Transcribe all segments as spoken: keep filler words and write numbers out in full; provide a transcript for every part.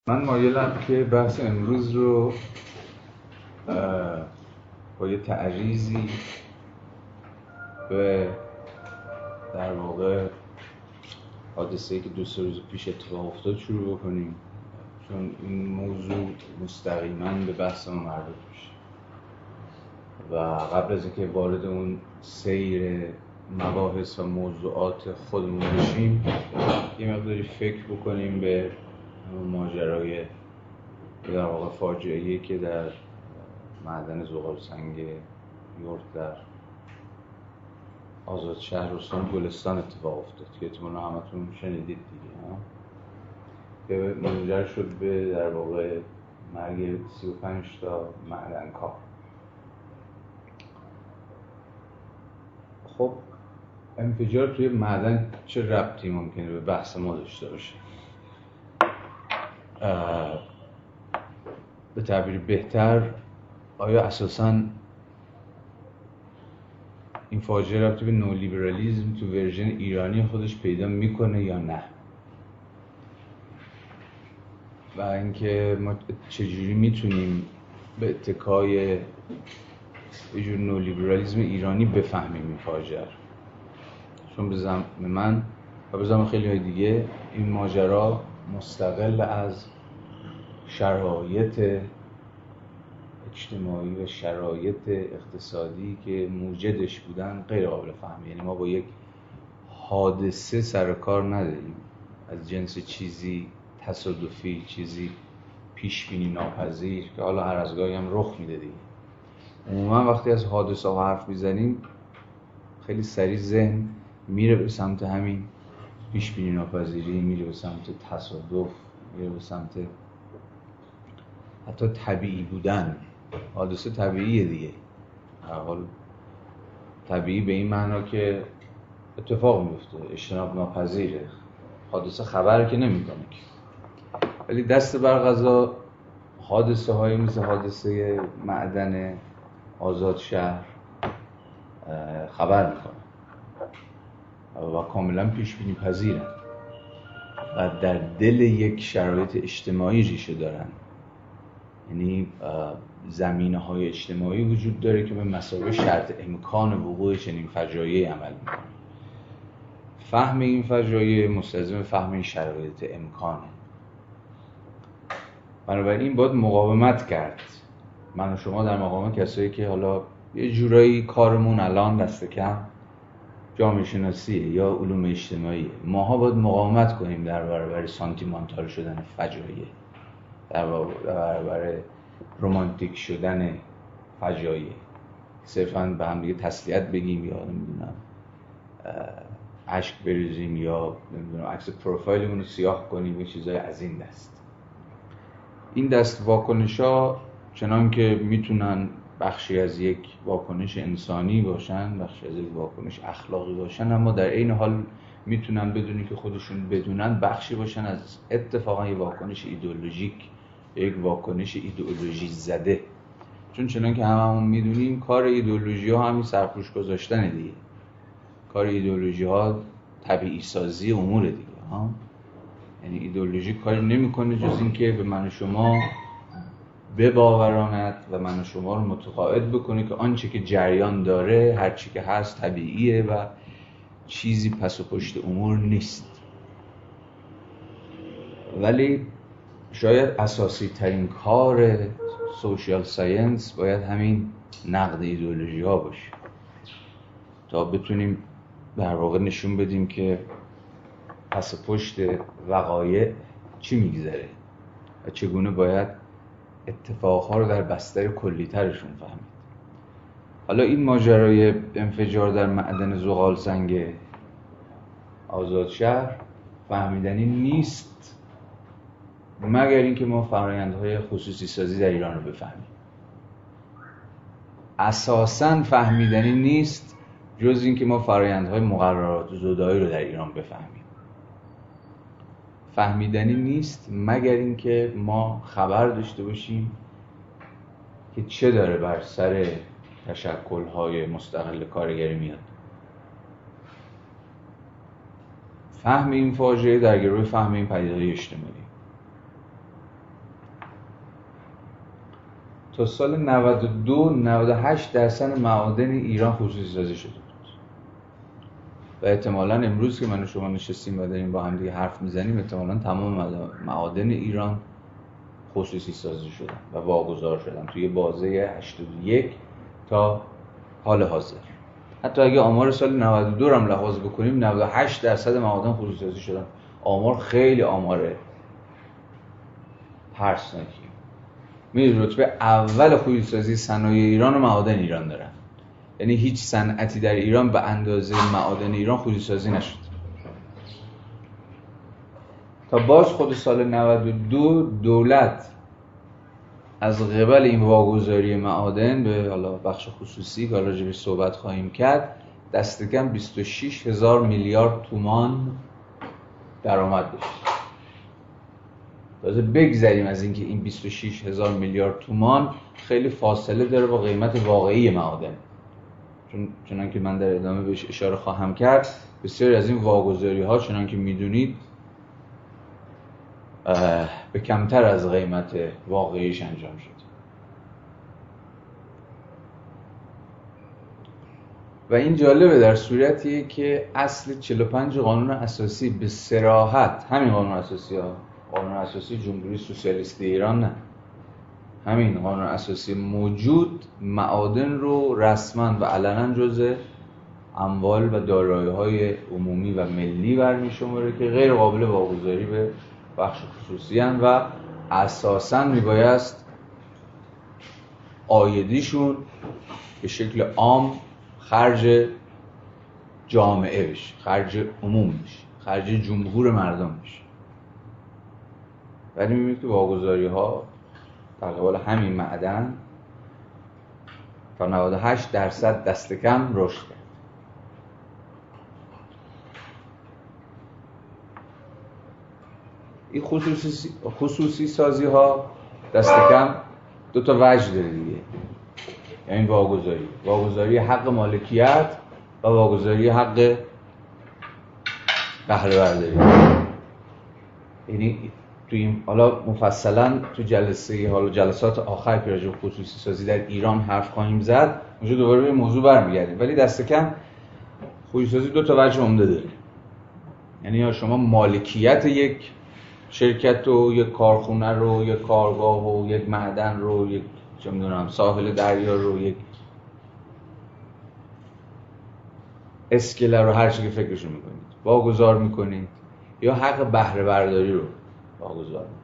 من مایلم که بحث امروز رو با یه تعریضی به در واقع حادثه‌ای که دو سه روز پیش اتفاق افتاد شروع بکنیم، چون این موضوع مستقیما به بحث ما مربوط میشه و قبل از اینکه وارد اون سیر مباحث و موضوعات خودمون بشیم یه مقداری فکر بکنیم به ماجرای در واقع فاجعه‌ای که در معدن زغالسنگ یورت در آزادشهر استان گلستان اتفاق افتاد که احتمالاً همتون شنیدید دیگه ها، که منجر شد به در واقع مرگ سی و پنج تا معدنکار. خب انفجار توی معدن چه ربطی ممکنه به بحث ما داشته باشه؟ به تعبیر بهتر، آیا اساساً این فاجعه ربطی به نولیبرالیسم تو ورژن ایرانی خودش پیدا میکنه یا نه؟ و اینکه ما چجوری میتونیم به اتکای یه جور نولیبرالیسم ایرانی بفهمیم این فاجعه؟ چون به زعم من و به زعم خیلی های دیگه این ماجرا مستقل از شرایط اجتماعی و شرایط اقتصادی که موجدش بودن غیر قابل فهمه. یعنی ما با یک حادثه سر کار نداریم از جنس چیزی تصادفی، چیزی پیش بینی ناپذیر که حالا هر از گاهی هم رخ میده دیگه. عموما وقتی از حادثه ها حرف میزنیم خیلی سریع ذهن میره به سمت همین پیش بینی ناپذیری، میره به سمت تصادف، میره به سمت حتی طبیعی بودن. حادثه طبیعیه دیگه، هر حال طبیعی به این معنا که اتفاق میفته، اجتناب ناپذیره، حادثه خبر که نمیکنه که. ولی دست بر قضا حادثه هایی مثل حادثه معدن آزادشهر خبر میکنه و کاملا پیش بینی پذیرن و در دل یک شرایط اجتماعی ریشه دارن. یعنی زمینه‌های اجتماعی وجود داره که به مثابه شرط امکان وقوع چنین فجایعی عمل میکنه. فهم این فجایع مستلزم فهم این شرایط امکانه. بنابراین باید مقاومت کرد. من و شما در مقام کسایی که حالا یه جورایی کارمون الان دست کم جامعه شناسیه یا علوم اجتماعیه، ماها باید مقاومت کنیم در برابر سانتیمانتال شدن فجایع، در برابر رمانتیک شدن فجایع، صرفاً به هم دیگه تسلیت بگیم یا نمیدونم اشک بریزیم یا نمیدونم عکس پروفایلمون رو سیاه کنیم، یه چیزای از این دست. این دست واکنش‌ها چنان که میتونن بخشی از یک واکنش انسانی باشن، بخشی از یک واکنش اخلاقی باشن، اما در این حال میتونن بدونی که خودشون بدونن بخشی باشن از اتفاقا یک واکنش ایدئولوژیک، یک واکنش ایدئولوژی زده. چون چنان که هممون میدونیم کار ایدئولوژی ها همین سرپوش گذاشتن دیگه. کار ایدئولوژی ها طبیعی سازی امور دیگه ها. یعنی ایدئولوژی کاری نمیکنه جز این که به من و شما بباوراند و من و شما رو متقاعد بکنه که آنچه که جریان داره، هر چی که هست طبیعیه و چیزی پس و پشت امور نیست. ولی شاید اساسی ترین کار سوشیال ساینس باید همین نقد ایدئولوژی ها باشه تا بتونیم در واقع نشون بدیم که پس پشت وقایع چی میگذره و چگونه باید اتفاقها رو در بستر کلی‌ترشون فهمید. حالا این ماجرای انفجار در معدن زغالسنگ آزادشهر فهمیدنی نیست مگر اینکه ما فرآیندهای خصوصی سازی در ایران رو بفهمیم. اساساً فهمیدنی نیست جز اینکه ما فرآیندهای مقررات زدایی رو در ایران بفهمیم. فهمیدنی نیست مگر اینکه ما خبر داشته باشیم که چه داره بر سر تشکل‌های مستقل کارگری میاد. فهم این فاجعه در گروه فهم این پدیده‌های اجتماعی. تا سال نود و دو نود و هشت درصد معادن ایران خصوصی سازی شده بود و احتمالاً امروز که من و شما نشستیم و داریم با هم دیگه حرف میزنیم احتمالاً تمام معادن ایران خصوصی سازی شدن و واگذار شدن توی بازه هشتاد و یک تا حال حاضر. حتی اگه آمار سال نود و دو رو هم لحاظ بکنیم نود و هشت درصد معادن خصوصی سازی شدن. آمار خیلی آماره ترسناکی. میدونید رتبه اول خصوصی سازی صنایع ایران و معادن ایران دارن. یعنی هیچ صنعتی در ایران به اندازه معادن ایران خصوصی سازی نشد. تا باز خود سال نود و دو دولت از قبل این واگذاری معادن به حالا بخش خصوصی که راجع بهش صحبت خواهیم کرد دست کم بیست و شش هزار میلیارد تومان درآمد داشت. تازه بگذریم از اینکه این بیست و شش هزار میلیارد تومان خیلی فاصله داره با قیمت واقعی معادن. چون چنانکه من در ادامه بهش اشاره خواهم کرد بسیاری از این واگذاری‌ها چنانکه میدونید به کمتر از قیمت واقعیش انجام شد. و این جالبه در صورتیه که اصل چهل و پنج قانون اساسی به صراحت، همین قانون اساسی ها، قانون اساسی جمهوری سوسیالیستی ایران نه، همین قانون اساسی موجود معادن رو رسما و علنا جزء اموال و دارایی‌های عمومی و ملی برمی‌شماره که غیر قابل واگذاری به بخش خصوصی هستند و اساساً میبایست عایدیشون به شکل عام خرج جامعه بشه، خرج عموم بشه، خرج جمهور مردم بشه. ولی میبینید که واگذاری‌ها در قبال همین معدن تا نود و هشت درصد دست کم رشد کرد. این خصوصی خصوصی سازی ها دست کم دو تا وجه داره دیگه. یعنی واگذاری واگذاری حق مالکیت و واگذاری حق بهره برداری. یعنی تو این حالا مفصلا تو جلسه حالا جلسات آخر که راجع به خصوصی سازی در ایران حرف خواهیم زد اونجا دوباره به این موضوع برمیگردیم. ولی دست کم خصوصی سازی دو تا وجه عمده داره. یعنی یا شما مالکیت یک شرکت رو، یک کارخونه رو، یک کارگاه رو، یک معدن رو، یک چه میدونم ساحل دریا رو، یک اسکله رو، هر چی که فکرشو میکنید واگذار میکنید، یا حق بهره برداری رو واگذار میکنید.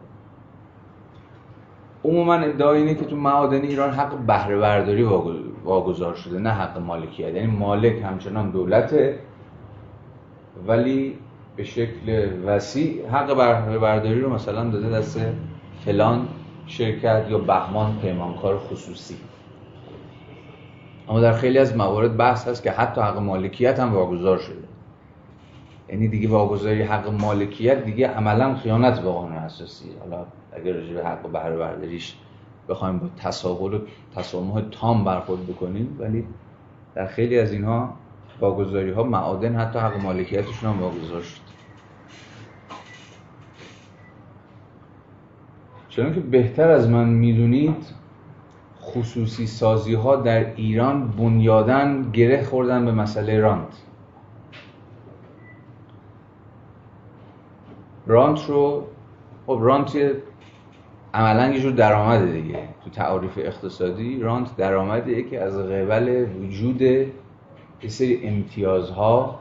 عموما ادعا اینه که تو معادن ایران حق بهره برداری واگذار شده، نه حق مالکیت. یعنی مالک همچنان دولته ولی به شکل وسیع حق بهره برداری رو مثلا داده دست فلان شرکت یا بهمان پیمانکار خصوصی. اما در خیلی از موارد بحث هست که حتی حق مالکیت هم واگذار شده. یعنی دیگه واگذاری حق مالکیت دیگه عملاً خیانت به قانون اساسی. حالا اگر راجع به حق بهره برداریش بخوایم با تساهل و تسامح تام برخورد بکنیم، ولی در خیلی از اینها واگذاری‌ها معادن حتی حق مالکیتشون هم واگذار شد. چون که بهتر از من میدونید خصوصی سازی ها در ایران بنیاداً گره خوردن به مسئله رانت. رانت رو خب رانت عملاً یه جور درآمده دیگه. تو تعریف اقتصادی رانت درآمدیه که از قبل وجود یه سری امتیازها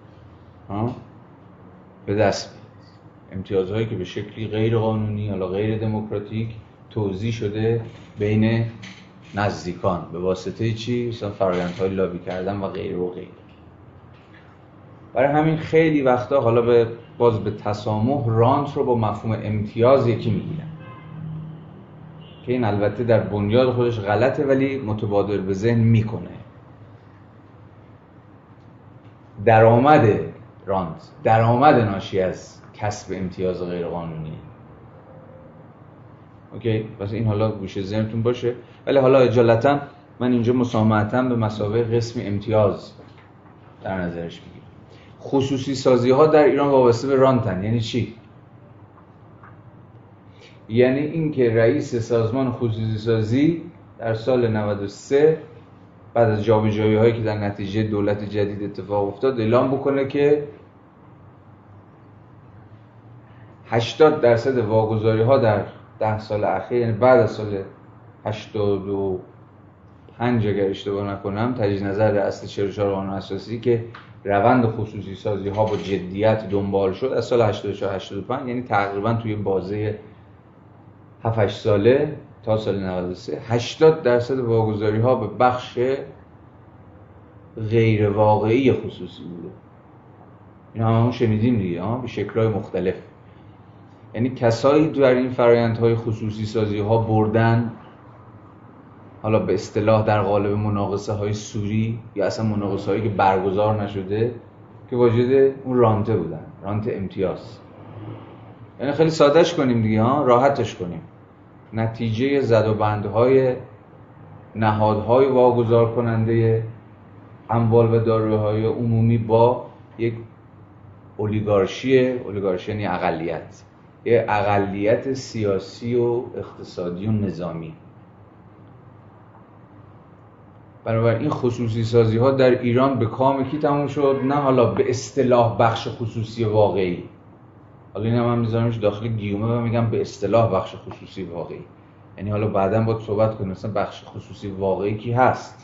به دست میاد. امتیازهایی که به شکلی غیر قانونی یا غیر دموکراتیک توزیع شده بین نزدیکان به واسطه چی؟ مثلا فرآیندهای لابی کردن و غیره و غیره. برای همین خیلی وقتا حالا به باز به تسامح رانت رو با مفهوم امتیاز یکی میگیرن که این البته در بنیاد خودش غلطه ولی متبادر به ذهن میکنه. درآمد رانت درآمد ناشی از کسب امتیاز غیر قانونی. اوکی، واسه این حالا گوشه ذهنتون باشه. ولی حالا اجالتا من اینجا مسامحتاً به مثابه قسم امتیاز در نظرش میگیرم. خصوصی سازی ها در ایران وابسته به رانتن. یعنی چی؟ یعنی این که رئیس سازمان خصوصی سازی در سال نود و سه بعد از جابجایی هایی که در نتیجه دولت جدید اتفاق افتاد اعلام بکنه که هشتاد درصد واگذاری ها در ده سال اخیر، یعنی بعد از سال هشتاد و پنج اگر اشتباه نکنم، تجدید نظر در اصل چهل و چهار قانون اساسی که روند خصوصی سازی ها با جدیت دنبال شد از سال هشتاد و چهار هشتاد و پنج، یعنی تقریبا توی بازه هفت هشت ساله تا سال نود و سه هشتاد درصد واگذاری ها به بخش غیر واقعی خصوصی بوده. این همون شنیدیم دیگه ها، به شکل‌های مختلف. یعنی کسایی در این فرآیندهای خصوصی سازی ها بردن، حالا به اصطلاح در قالب مناقصه های سوری یا اصلا مناقصه هایی که برگزار نشده، که واجد اون رانته بودن، رانت امتیاز. یعنی خیلی سادهش کنیم دیگه ها، راحتش کنیم. نتیجه زد و بندهای نهادهای واگذار کننده اموال و دارایی‌های عمومی با یک اولیگارشی، اولیگارشی یعنی اقلیت، یک اقلیت سیاسی و اقتصادی و نظامی. بنابراین خصوصی سازی ها در ایران به کام کی تموم شد؟ نه حالا به اصطلاح بخش خصوصی واقعی، حالا این هم من میذارمش داخل گیومه و میگم به اصطلاح بخش خصوصی واقعی، یعنی حالا بعداً باید صحبت کنیم مثلا بخش خصوصی واقعی کی هست.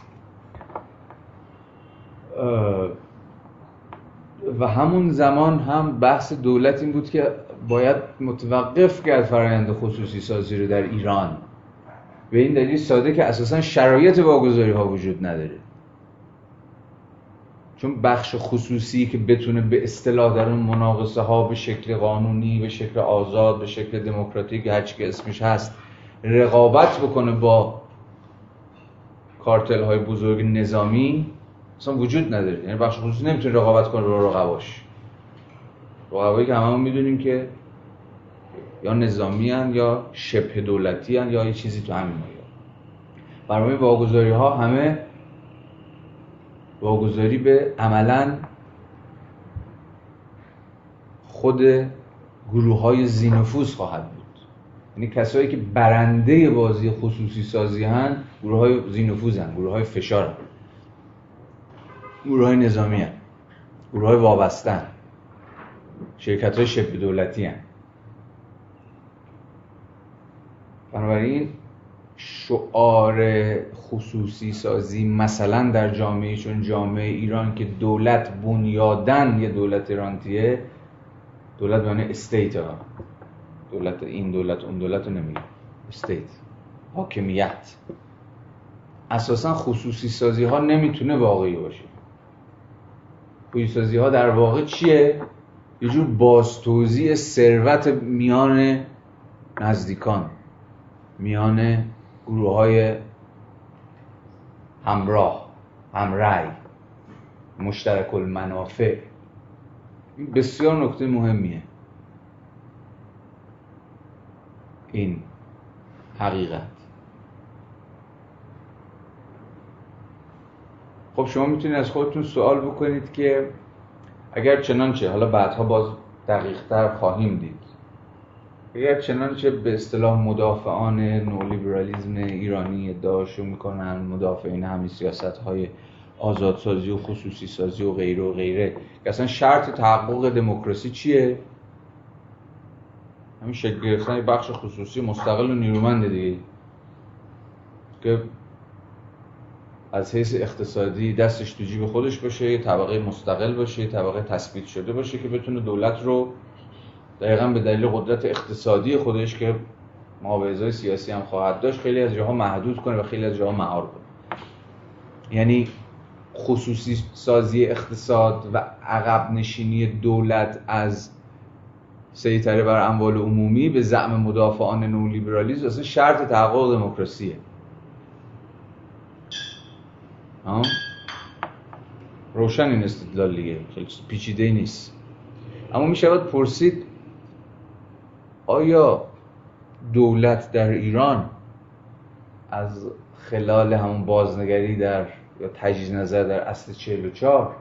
و همون زمان هم بحث دولت این بود که باید متوقف کرد فرآیند خصوصی سازی رو در ایران، به این دلیل ساده که اساساً شرایط واگذاری ها وجود نداره. چون بخش خصوصی که بتونه به اصطلاح در اون مناقصه ها به شکل قانونی، به شکل آزاد، به شکل دموکراتیک، هر چی که اسمش هست، رقابت بکنه با کارتل های بزرگ نظامی، اصلا وجود نداره. یعنی بخش خصوصی نمیتونه رقابت کنه با رقباش. رقبایی که هممون میدونیم که یا نظامی هن یا شبه دولتی هن یا یه چیزی تو همین مایه. برای واگذاری ها همه واگذاری به عملاً خود گروه های ذی‌نفوذ خواهد بود. یعنی کسایی که برنده بازی خصوصی سازی هن گروه های ذی‌نفوذ هن، گروه های فشار هن، گروه های نظامی هن، گروه های وابسته هن، شرکت های شبه دولتی هن. بنابراین شعار خصوصی سازی مثلا در جامعه چون جامعه ایران که دولت بنیادن یه دولت رانتیه، دولت به معنی استیت ها، دولت این دولت اون دولت رو نمیگه، استیت، حاکمیت، اساسا خصوصی سازی ها نمیتونه واقعی باشه. خصوصی سازی ها در واقع چیه؟ یه جور بازتوزیع ثروت میان نزدیکان، میان گروه های همراه، همرأی، مشترک المنافع. این بسیار نکته مهمیه، این حقیقت. خب شما میتونید از خودتون سوال بکنید که اگر چنانچه، حالا بعدها باز دقیق‌تر خواهیم دید، اگر چنانچه به اصطلاح مدافعان نولیبرالیسم ایرانی ادعاشو میکنن، مدافعین همین سیاست‌های آزادسازی و خصوصی سازی و غیره و غیره، که اصلا شرط تحقق دموکراسی چیه؟ همین شکل گرفتن بخش خصوصی مستقل و نیرومند دیگه، که از حیث اقتصادی دستش تو جیب خودش باشه، یه طبقه مستقل باشه، یه طبقه تثبیت شده باشه که بتونه دولت رو دقیقاً به دلیل قدرت اقتصادی خودش که معاوضه‌های سیاسی هم خواهد داشت خیلی از جاها محدود کنه و خیلی از جاها مهار کنه. یعنی خصوصی سازی اقتصاد و عقب نشینی دولت از سیطره بر اموال عمومی به زعم مدافعان نولیبرالیسم اصلا شرط تحقق دموکراسیه. ها؟ روشن این استدلال دیگه، خیلی پیچیده نیست. اما می شود پرسید آیا دولت در ایران از خلال همون بازنگری در یا تجدید نظر در اصل چهل و چهار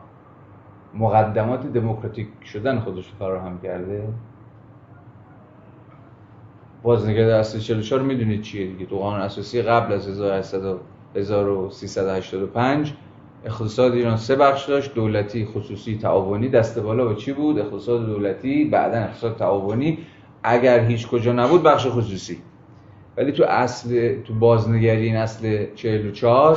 مقدمات دموکراتیک شدن خودش رو فراهم کرده؟ بازنگری در اصل چهل و چهار میدونید چیه دیگه. تو قانون اساسی قبل از هزار و سیصد و هشتاد و پنج اقتصاد ایران سه بخش داشت: دولتی، خصوصی، تعاونی. دست بالا با چی بود؟ اقتصاد دولتی، بعداً اقتصاد تعاونی، اگر هیچ کجا نبود بخش خصوصی. ولی تو اصل تو بازنگری این اصل چهل و چهار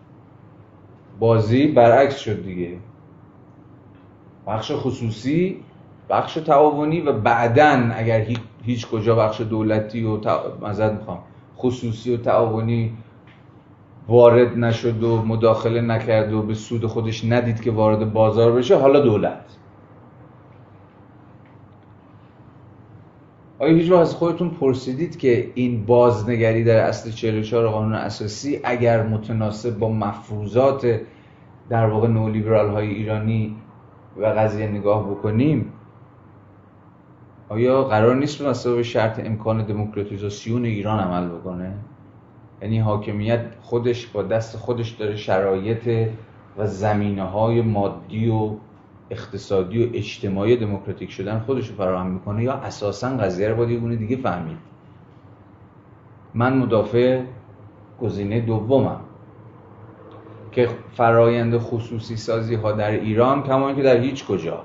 بازی برعکس شد دیگه. بخش خصوصی، بخش تعاونی و بعداً اگر هیچ, هیچ کجا بخش دولتی و تع... معذرت میخوام خصوصی و تعاونی وارد نشد و مداخله نکرد و به سود خودش ندید که وارد بازار بشه، حالا دولت. آیا هیچ وقت از خودتون پرسیدید که این بازنگری در اصل چهل و چهار قانون اساسی اگر متناسب با مفروضات در واقع نولیبرال های ایرانی و قضیه نگاه بکنیم، آیا قرار نیست به مسابقه شرط امکان دموکراتیزاسیون ایران عمل بکنه؟ یعنی حاکمیت خودش با دست خودش داره شرایط و زمینه‌های مادی و اقتصادی و اجتماعی دموکراتیک شدن خودش رو فراهم میکنه، یا اساساً قضیه رو باید یه گونه دیگه فهمید؟ من مدافع گزینه دومم که فرایند خصوصی سازی ها در ایران کما اینکه در هیچ کجا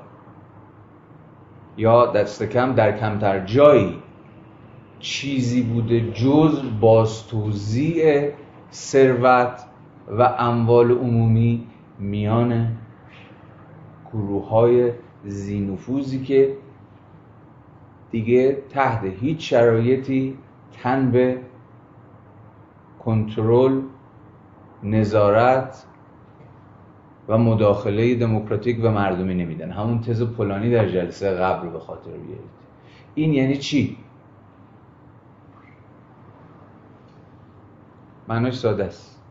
یا دست کم در کمتر جایی چیزی بوده جز بازتوزیع ثروت و اموال عمومی میان گروه‌های ذی‌نفوذی که دیگه تحت هیچ شرایطی تن به کنترل، نظارت و مداخله دموکراتیک و مردمی نمیدن. همون تز پولانی در جلسه قبل رو به خاطر بیارید. این یعنی چی؟ معناش ساده است.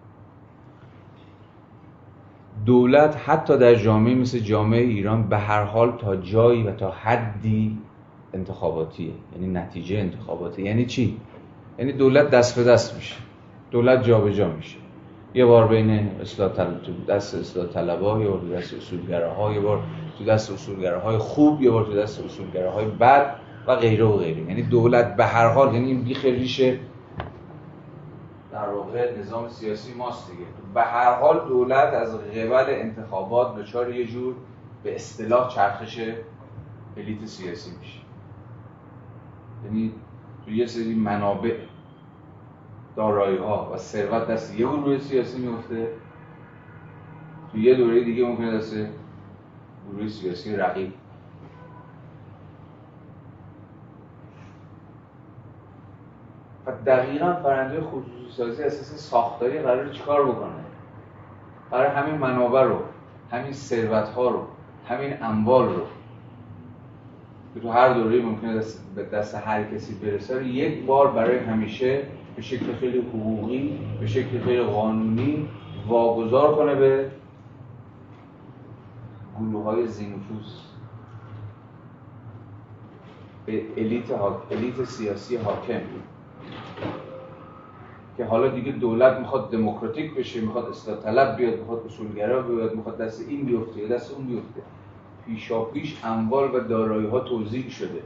دولت حتی در جامعه مثل جامعه ایران به هر حال تا جایی و تا حدی انتخاباتیه، یعنی نتیجه انتخاباته. یعنی چی؟ یعنی دولت دست به دست میشه، دولت جابجا میشه، یه بار بین اصلاح طلب تو دست اصلاح طلب‌ها، یه بار تو دست اصولگراها، یه بار تو دست اصولگراهای خوب، یه بار تو دست اصولگراهای بد و غیره و غیره. یعنی دولت به هر حال، یعنی این بیخ ریشه در واقع نظام سیاسی ماست دیگه، به هر حال دولت از قبل انتخابات دچار یه جور به اصطلاح چرخش الیت سیاسی میشه. یعنی تو یه سری منابع، دارایی‌ها و ثروت دست یه گروه سیاسی میفته، تو یه دوره دیگه ممکنه دست گروه سیاسی رقیب. و دقیقاً فرآیند خصوصی سازی اساس ساختاری قراره چیکار بکنه؟ قراره همین منابع رو، همین ثروت‌ها رو، همین اموال رو که تو هر دوره‌ای ممکنه دست به دست هر کسی برسه رو یک بار برای همیشه به شکل خیلی حقوقی، به شکل خیلی قانونی واگذار کنه به گروه‌های ذی‌نفوذ، به الیت ها... الیت سیاسی حاکم، که حالا دیگه دولت میخواد دموکراتیک بشه، میخواد اصلاح طلب بیاد، میخواد اصولگرا بیاد، میخواد دست این بیفته یا دست اون بیفته. پیشاپیش اموال و دارایی‌ها توزیع شده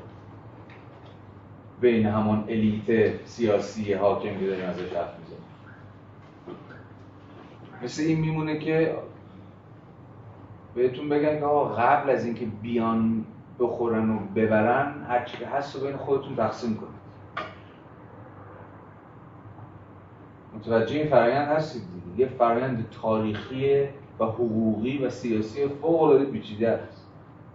بین همون الیت سیاسی حاکم که داریم ازش حرف میزنیم. مثل این میمونه که بهتون بگن که آقا قبل از اینکه بیان بخورن و ببرن، هر چی که هست رو بین خودتون تقسیم کنید. متوجه این فرآیند هستید دیگه؟ یه فرآیند تاریخی و حقوقی و سیاسی فوق‌العاده پیچیده است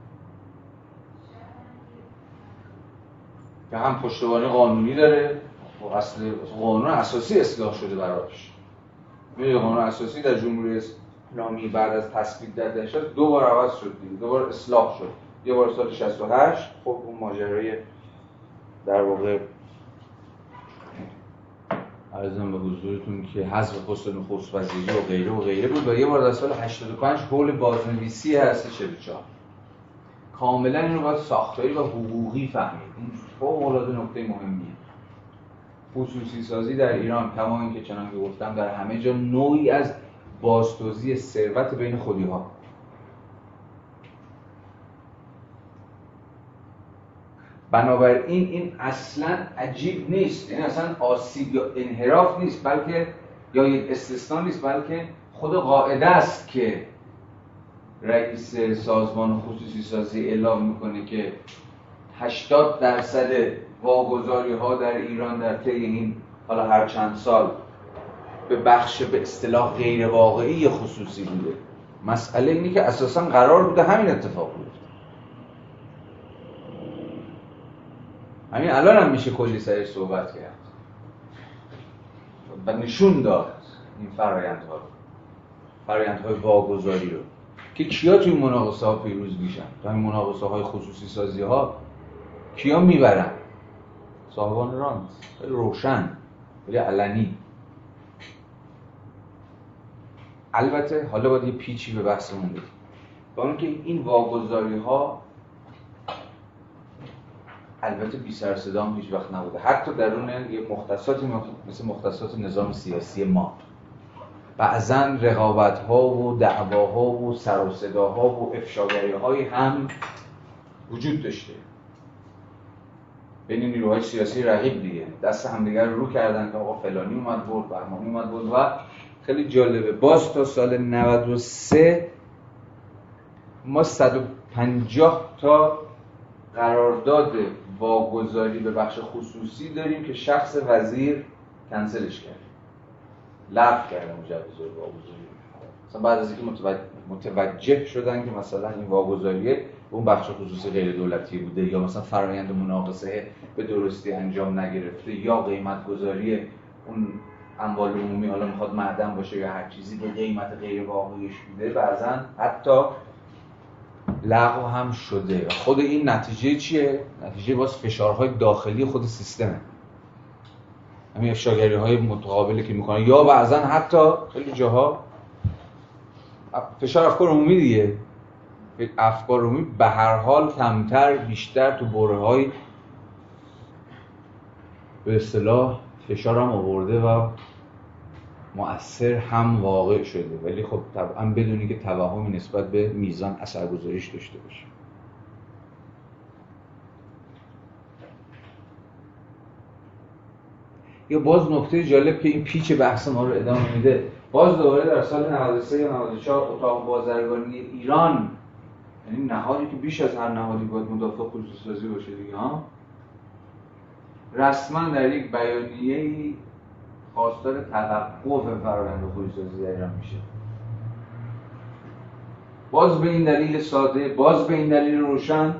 که هم پشتوانه قانونی داره و اصل قانون اساسی اصلاح شده براش. می‌دونید قانون اساسی در جمهوری اسلامی بعد از تصویب در دهشت دو بار عوض شد دیگه، دو بار اصلاح شد. یه بار سال شصت و هشت، خب اون ماجرای در واقع عرضم به حضورتون که حذف پست نخست وزیری و غیره و غیره بود، و یه بار در سال هشتاد و پنج حول بازنویسی هست چهل و چهار. کاملا این رو باید ساختاری و حقوقی فهمید. این فوق‌العاده نکته مهمیه. خصوصی سازی در ایران کما اینکه چنانکه گفتم در همه جا نوعی از بازتوزیع ثروت بین خودی‌ها. بنابراین این اصلا عجیب نیست، این اصلا آسیب یا انحراف نیست، بلکه یا یک استثناء نیست، بلکه خود قاعده است که رئیس سازمان خصوصی سازی اعلام میکنه که هشتاد درصد واگذاری ها در ایران در طی این حالا هر چند سال به بخش به اصطلاح غیر واقعی خصوصی بوده. مسئله اینه که اساسا قرار بوده همین اتفاق بیفته. همین الان هم میشه کلی سرش صحبت کرد و نشون داد این فرآیندها رو، فرآیندهای واگذاری رو که کیا توی مناقصه ها پیروز میشن. توی مناقصه های خصوصی سازی ها کیا میبرن؟ صاحبان رانت، خیلی روشن، خیلی علنی. البته حالا باید یه پیچی به بحثمون بدیم، با اینکه این واگذاری ها البته بی سر صدا هم هیچ وقت نبوده، حتی درون یه مختصاتی مثل مختصات نظام سیاسی ما بعضا رقابت ها و دعواها و سر و صداها و افشاگری های هم وجود داشته بین نیروهای سیاسی رقیب دیگه، دست همدیگر رو رو کردن که آقا فلانی اومد برد، بهمانی اومد برد. و خیلی جالبه باز تا سال نود و سه ما صد و پنجاه تا قرارداد واگذاری به بخش خصوصی داریم که شخص وزیر کنسلش کرد، لغو کرده مجوز واگذاری. مثلا بعد از اینکه متوجه, متوجه شدن که مثلا این واگذاریه اون بخش خصوصی غیر دولتی بوده، یا مثلا فرآیند مناقصه به درستی انجام نگرفته، یا قیمت گذاری اون اموال عمومی حالا میخواد معدن باشه یا هر چیزی به قیمت غیر واقعیش بوده، بعضا حتی لغو هم شده. خود این نتیجه چیه؟ نتیجه باز فشارهای داخلی خود سیستمه، همین افشاگری های متقابلی که میکنن، یا بعضا حتی خیلی جاها فشار افکار عمومی دیگه. افکار عمومی به هر حال کمتر بیشتر تو بره‌های به اصطلاح فشار هم آورده و مؤثر هم واقع شده، ولی خب طبعا بدونی که توهمی نسبت به میزان اثرگذاریش داشته باشه. یا باز نکته جالب که این پیچ بحث ما رو ادامه میده، باز دوباره در سال نود و سه یا نود و چهار اتاق بازرگانی ایران، یعنی نهادی که بیش از هر نهادی باید مدافع خصوصی سازی باشه دیگه ها، رسما در یک بیانیه‌ای خواستار توقف فرآیند خصوصی سازی در ایران میشه. باز به این دلیل ساده، باز به این دلیل روشن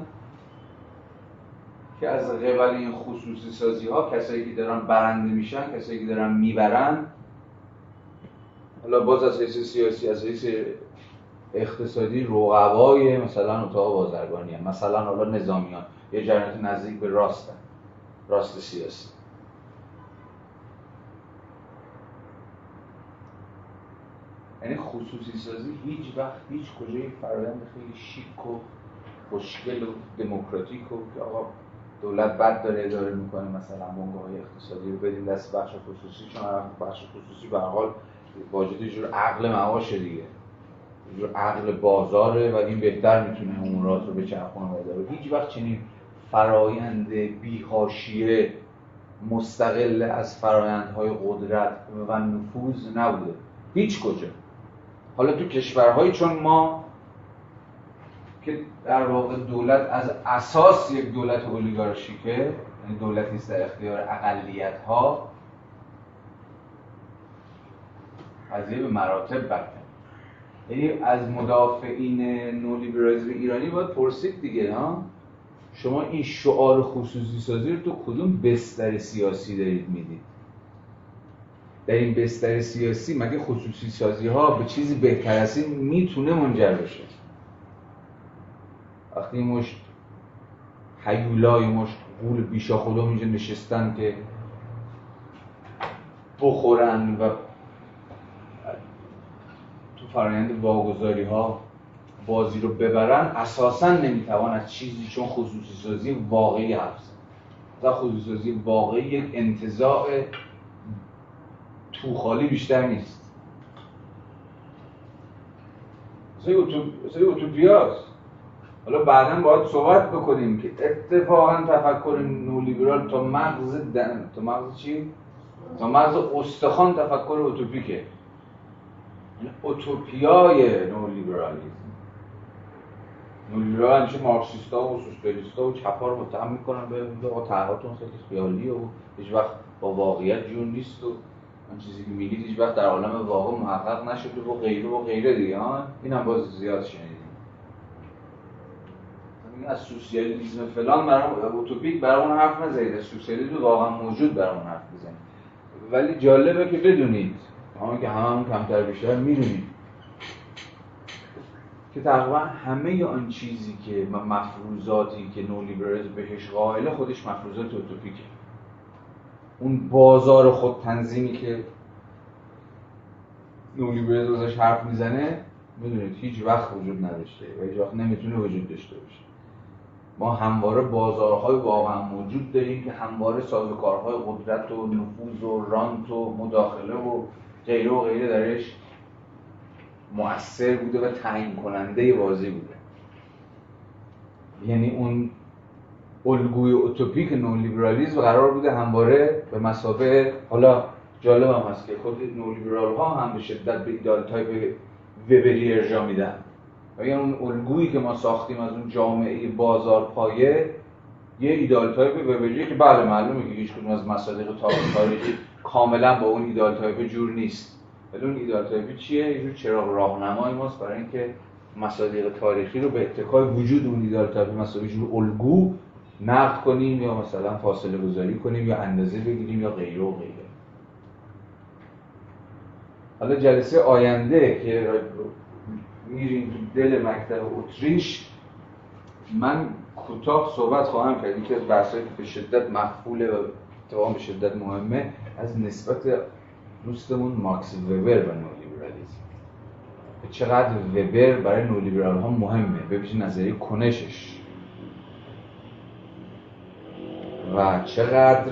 که از قبل این خصوصی سازی ها کسایی که دارن برنده میشن، کسایی که دارن میبرن، حالا باز از حیث سیاسی، از حیث اقتصادی رقبای مثلا اتاق بازرگانی هم. مثلا حالا نظامیان یه جریانات نزدیک به راستن، راست سیاسی. یعنی خصوصی سازی هیچ وقت هیچ کجای فرآیند خیلی شیک و خوشگل و دموکراتیک و که آقا دولت بد داره اداره میکنه مثلا بنگاه‌های اقتصادی رو بدیم دست بخش خصوصی، چون بخش خصوصی به هر حال واجد یه جور عقل معاشه دیگه، یه جور عقل بازاره و این بهتر میتونه امورات رو بچرخونه و اداره. هیچ وقت چنین فرآیند بی‌حاشیه مستقل از فرآیندهای قدرت و نفوذ نبوده هیچ کجا. حالا تو کشورهایی چون ما که در واقع دولت از اساس یک دولت اولیگارشیکه، یعنی دولتی است در اختیار اقلیت‌ها، قضیه به مراتب برتر. یعنی از مدافعین نولیبرالیسم ایرانی باید پرسید دیگه ها، شما این شعار خصوصی سازی رو تو کدوم بستر سیاسی دارید میدید؟ در این بستر سیاسی مگه خصوصی سازی ها به چیزی بهتر از این میتونه منجر بشه؟ وقتی مشت هیولای مشت غول بیشا خدا اینجا نشستن که بخورن و تو فرآیند واگذاری ها بازی رو ببرن، اساساً نمیتوان از چیزی چون خصوصی سازی واقعی حرف زد. خصوصی سازی واقعی یک انتزاع توخالی بیشتر نیست، مثل اوتوپیاست. حالا بعداً باید صحبت بکنیم که اتفاقاً تفکر نولیبرال تا مغز دن... تا مغز چی؟ تا مغز استخوان تفکر اوتوپیکه، یعنی اوتوپیای نولیبرالیسم. نولیبرال همیشه مارکسیستا و سوسیالیستا و چپا رو متهم میکنن به آقا طرحاتون خیلی خیالیه و هیچ وقت با واقعیت جور نیست و اون چیزی که میگید هیچ وقت در عالم واقع محقق نشده و غیره و غیره دیگه. ها این هم باز زیاد شنیدیم. از سوسیالیسم فلان برام اوتوپیک برامون حرف نزنید، از سوسیالیسم واقعا موجود برامون حرف بزنید. ولی جالبه که بدونید، همون که هممون کمتر بیشتر میدونید که تقریبا همه آن چیزی که مفروضاتی که نولیبرالیسم بهش قائله خودش مفروضات اوتوپیکه. اون بازار خود تنظیمی که نولیبرالیسم ازش حرف میزنه میدونید هیچ وقت وجود نداشته و هیچ وقت نمیتونه وجود داشته باشه. ما همواره بازارهای واقعا موجود داریم که همواره سازوکارهای قدرت و نفوذ و رانت و مداخله و غیره و غیره درش مؤثر بوده و تعیین کننده بازی بوده. یعنی اون الگوی اوتوپیک نولیبرالیسم قرار بوده همواره به مثابه، حالا جالب هم هست که خود نولیبرال ها هم به شدت به ایدال تایپ وبری ارجاع میدن. یعنی اون الگویی که ما ساختیم از اون جامعه بازار پایه یه ایدال تایپ وبریه که بله معلومه که هیچ کدوم از مصادیق تاریخی کاملا با اون ایدال تایپ جور نیست. ولی اون ایدال تایپ چیه؟ یه جور چراغ راهنمای ماست برای اینکه مصادیق تاریخی رو به اتکای وجود اون ایدال تایپ مثلا یه جور الگو نقد کنیم یا مثلا فاصله گذاری کنیم یا اندازه بگیریم یا غیره و غیره. حالا جلسه آینده که میریم تو دل مکتب اتریش من کوتاه صحبت خواهم کرد. یکی از بحثایی که به شدت مقبوله و اتفاقا به شدت مهمه از نسبت دوستمون ماکس وبر و نولیبرالیسم. چقدر وبر برای نولیبرال ها مهمه، ببینید نظریه کنشش و چقدر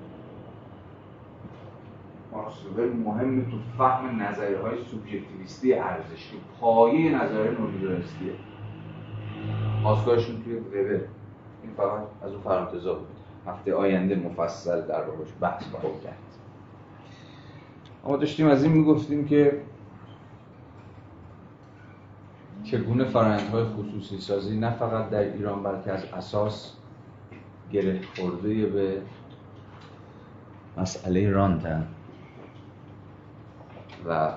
ماکس وبر مهمه تو فهم نظریه های سوبژکتیویستی ارزش که پایه نظریه نولیبرالیستیه. آسکارشون توی وبر. این فقط از اون فرانتزا بود. هفته آینده مفصل در باش بحث خواهیم کرد. اما داشتیم از این میگفتیم که چگونه فرآیندهای خصوصی سازی نه فقط در ایران بلکه از اساس گره خورده به مسئله رانتن و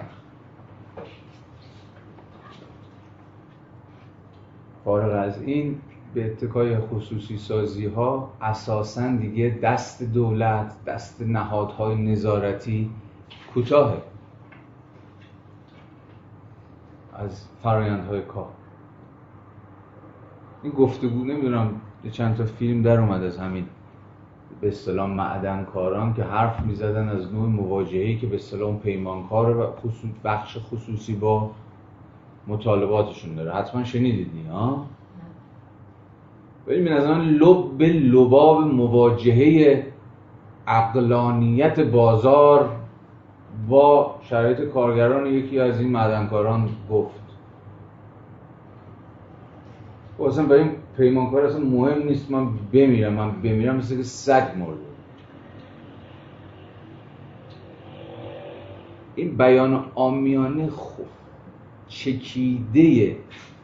فارغ از این به اتکای خصوصی سازی ها اساساً دیگه دست دولت، دست نهادهای نظارتی کوتاهه از فرآیندهای کار. این گفتگو نمیدونم چند تا فیلم در اومد از همین به اصطلاح معدنکاران که حرف میزدن از نوع مواجهه‌ای که به اصطلاح پیمانکار و خصوص بخش خصوصی با مطالباتشون داره. حتما شنیدید این ها؟ ولی من از آن لب به لباب مواجهه عقلانیت بازار با شرایط کارگران یکی از این معدنکاران گفت. و اصلا برای این پیمانکار اصلا مهم نیست من بمیرم، من بمیرم مثل که سگ مرده. این بیان عامیانه خوب چکیده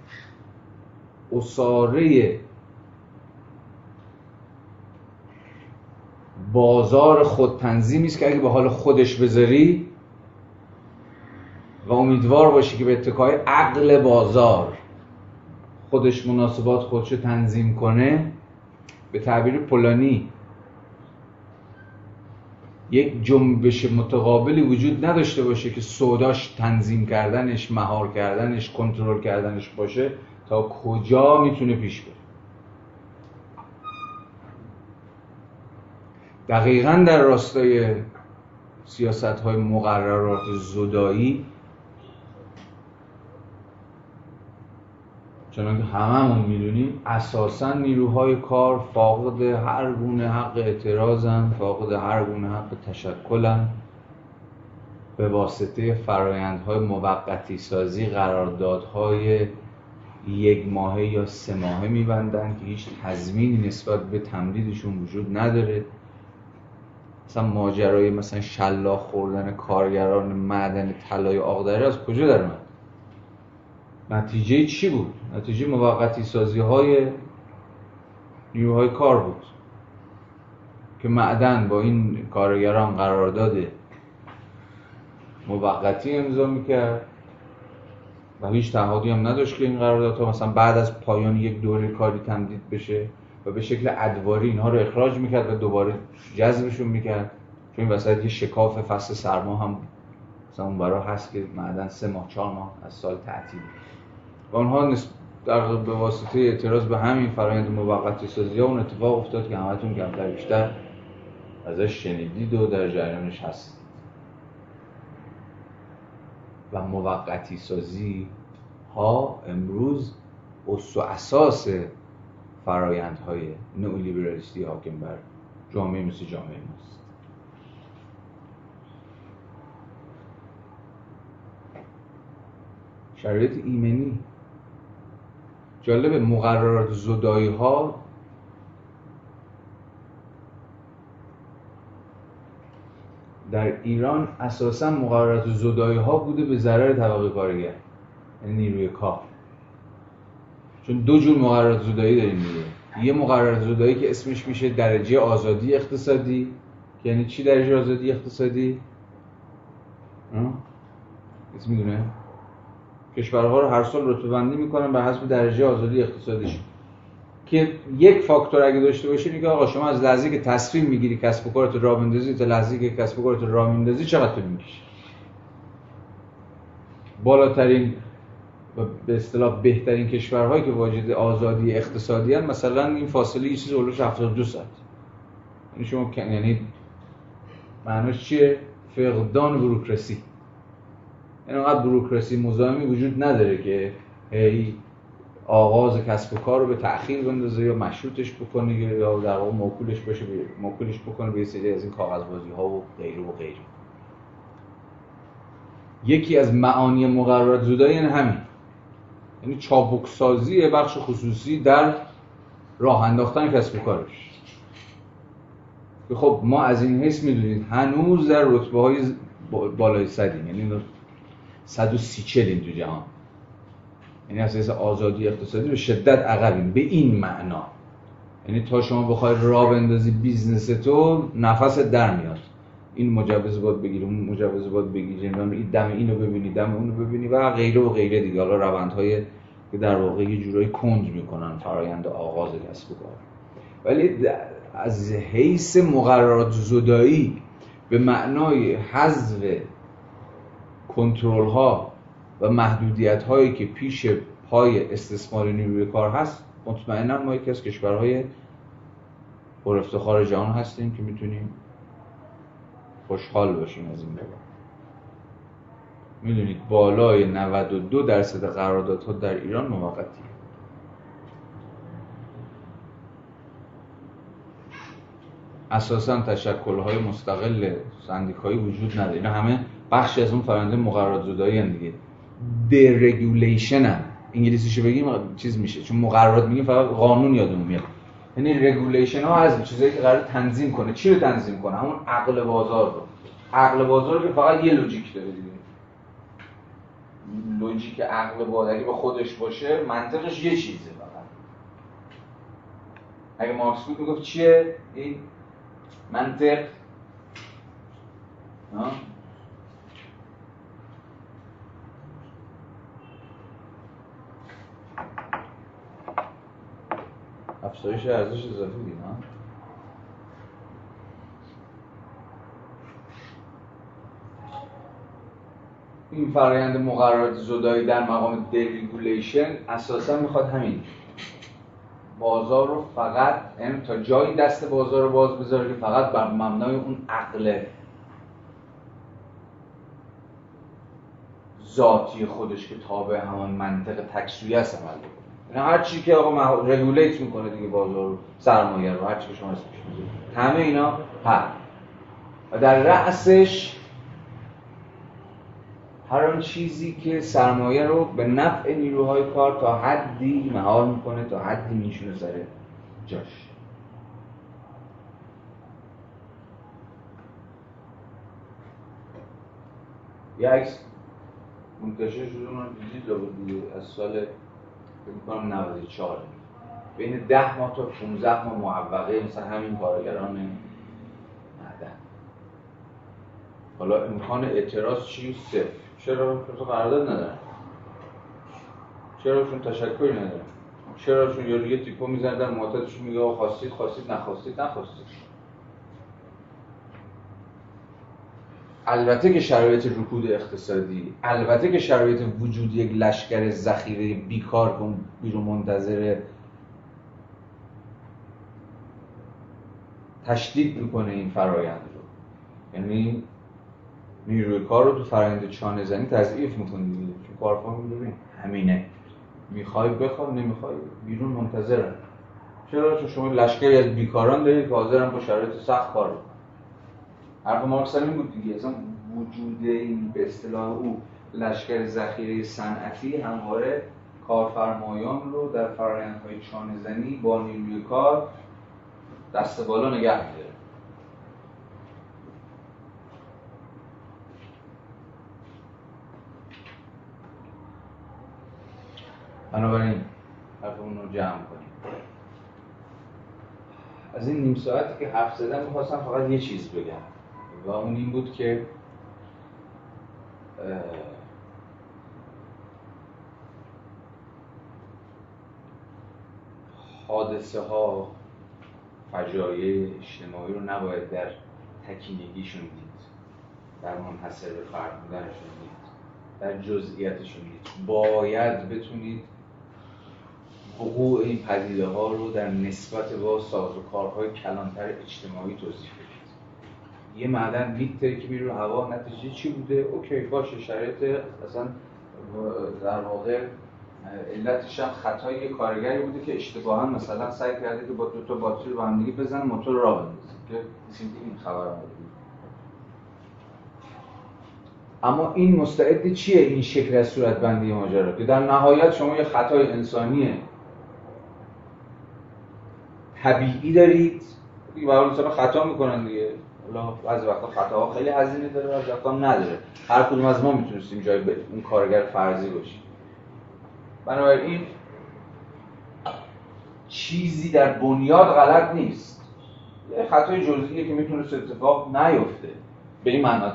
اساره بازار خودتنظیمی است که اگه به حال خودش بذاری و امیدوار باشی که به اتکای عقل بازار خودش مناسبات خودشو تنظیم کنه، به تعبیر پولانی یک جنبش متقابلی وجود نداشته باشه که سوداش تنظیم کردنش، مهار کردنش، کنترل کردنش باشه، تا کجا میتونه پیش بره. دقیقاً در راستای سیاست‌های مقررات زدایی، چنانکه هممون میدونیم اساساً نیروهای کار فاقد هر گونه حق اعتراضن، فاقد هر گونه حق تشکلن. به واسطه فرآیندهای موقتی سازی، قراردادهای یک ماهه یا سه ماهه میبندن که هیچ تضمینی نسبت به تمدیدشون وجود نداره. مثلا ماجرای مثلا شلاق خوردن کارگران معدن طلای آقدره از کجا در اومد؟ نتیجه چی بود؟ نتیجه موقتی سازی های نیروهای کار بود که معدن با این کارگران قرارداد موقتی امضا میکرد و هیچ تعهدی هم نداشت که این قراردادها مثلا بعد از پایان یک دوره کاری تمدید بشه و به شکل ادواری اینها رو اخراج میکرد و دوباره جذبشون میکرد، چون این وسط یه شکاف فصل سرما هم مثلا اون برای هست که معدن سه ماه چهار ماه از سال تعطیل و اونها در به واسطه اعتراض به همین فرآیند موقتی سازی ها اون اتفاق افتاد که همتون کمتر بیشتر ازش شنیدید و در جریانش هستید. و موقتی سازی ها امروز اصل و اساس فرآیندهای نئولیبرالیستی حاکم بر جامعه مثل جامعه ماست. شرایط ایمنی جالب، مقررات زدایی ها در ایران اساساً مقررات زدایی ها بوده به ضرر طبقه کارگر، یعنی نیروی کار. چون دو جور مقررات زدایی داریم دیگه. یه مقررات زدایی که اسمش میشه درجه آزادی اقتصادی. یعنی چی درجه آزادی اقتصادی؟ کسی میدونه؟ کشورها رو هر سال رتبه بندی میکنن بر حسب درجه آزادی اقتصادیشون که یک فاکتور اگه داشته باشه میگه آقا شما از لحظه‌ای که تصمیم میگیری کسب و کارت راه بندازی تا لحظه‌ای که کسب و کارت راه میندازی چقدر طول میکشه. بالاترین و به اصطلاح بهترین کشورهایی که واجد آزادی اقتصادی هستند مثلا این فاصله یه چیز اولش هفتاد و دو ساعت. یعنی شما یعنی معناش چیه؟ فقدان بوروکراسی. یعنی اونقدر بوروکراسی مزاحمی وجود نداره که هی آغاز کسب و کار رو به تأخیر بندازه یا مشروطش بکنه یا در واقع موکولش باشه موکولش بکنه به یه سری از این کاغذبازی ها و غیره و غیره. یکی از معانی مقررات زدایی یعنی همین، یعنی چابک سازی بخش خصوصی در راه انداختن کسب و کارش. خب ما از این حیث میدونید هنوز در رتبه های بالای صدیم، یعنی صد و سی چلیم تو جهان، یعنی اساس آزادی اقتصادی به شدت عقبیم به این معنا. یعنی تا شما بخوای راه بندازی بیزنس تو نفست در میاد، این مجوز باید بگیری اون مجوز باید بگیری، این دم اینو ببینی دم اونو ببینی و غیره و غیره دیگه. حالا روندهای که در واقع یه جورایی کند میکنن فرآیند آغاز کسب و کار. ولی از حیث مقررات زدایی به معنای حذف کنترل ها و محدودیت هایی که پیش پای استثمار نیروی کار هست، مطمئنا ما یکی از کشورهای پر افتخار جهان هستیم که میتونیم خوشحال باشیم از این بابت. میدونید بالای نود و دو درصد قراردادها در ایران موقتیه. اساساً تشکل‌های مستقل سندیکایی وجود نداره. اینا همه بخشی از اون فرآیند مقررات زدایی ان دیگه. دیرگولیشن هم انگلیسیشو بگیم چیز میشه، چون مقررات میگیم فقط قانون یادمون میاد. یعنی رگولیشن ها از چیزایی که قرار تنظیم کنه. چی رو تنظیم کنه؟ همون عقل بازار رو. عقل بازار رو که فقط یه لوجیک داره دیگه. لوجیک عقل بازار اگه با خودش باشه منطقش یه چیزه فقط. اگه مارکس بود میگفت چیه این منطق؟ ها؟ افزایش ارزش اضافی دیگه. ها؟ این فرآیند مقررات زدایی در مقام دیرگولیشن اساسا میخواد همین بازار رو فقط، یعنی تا جایی دست بازار رو باز بذاره که فقط بر مبنای اون عقل ذاتی خودش که تابع همان منطق تکسویه است عمل بکنه. یعنی هر چی که آقا رگولیت میکنه دیگه بازار رو، سرمایه رو، هر چی که شما اسمش میذارید، همه اینا هست و در رأسش هر آن چیزی که سرمایه رو به نفع نیروهای کار تا حدی مهار میکنه، تا حدی میشونه سر جاش. یه عکس منتشر شده، اونم دیدید بود دیگه، از سال فکر می‌کنم نود و چهار، بین ده ماه تا پانزده ماه معوقه مثلا همین کارگران معدن. حالا امکان اعتراض چی؟ صفر. چرا؟ چون تو قرارداد ندارن. چرا؟ چون تشکری ندارن. چرا؟ چون یارو یه تیپو میزنه در معتادشون میگه آقا خواستید خواستید، نخواستید نخواستید. البته که شرایط رکود اقتصادی، البته که شرایط وجود یک لشکر ذخیره بیکار کن بیرون منتظر تشدید میکنه این فرایند رو، یعنی نیروی کار رو تو فرآیند چانه زنی تضعیف میکنه دیگه. چون کارفرما میگه همینه، میخوای بخواد نمیخوای بیرون منتظرن. چرا؟ چون شما لشکری از بیکاران دارید که حاضرن با شرایط سخت کار کنن. حرف مارکس این بود دیگه، اصلا وجود این به اصطلاح او لشکر ذخیره صنعتی همواره کارفرمایان رو در فرآیندهای چانه زنی با نیروی کار دست بالا نگه می‌داره. بنابراین حرفمون رو جمع کنیم. از این نیم ساعتی که حرف زدم می‌خواستم فقط یه چیز بگم و اون این بود که حادثه ها، فجایع اجتماعی رو نباید در تکینگیشون دید، در منحصر به فرد بودنشون دید، در جزئیاتشون دید. باید بتونید وقوع این پدیده ها رو در نسبت با سازوکارهای کلانتر اجتماعی توضیح بدید. یه معدن لیتر که میره رو هوا، نتیجه چی بوده؟ اوکی باشه، شرایط اصلا در واقع علتش هم خطای یه کارگری بوده که اشتباها مثلا سعی کرده که با دو تا باتری رو با هم دیگه بزنه موتور راه بندازه که این خبر اومده بود. اما این مستعد چیه این شکل از صورتبندی ماجرا؟ که در نهایت شما یه خطای انسانی طبیعی دارید که برای مثلا خطا میکنن دیگه. حالا بعضی وقتا خطاها خیلی هزینه داره، بعضی وقتا نداره. هر کدوم از ما میتونستیم جای اون کارگر فرضی باشیم. بنابراین چیزی در بنیاد غلط نیست. یه خطای جزئیه که میتونه اتفاق نیفته. به این معنی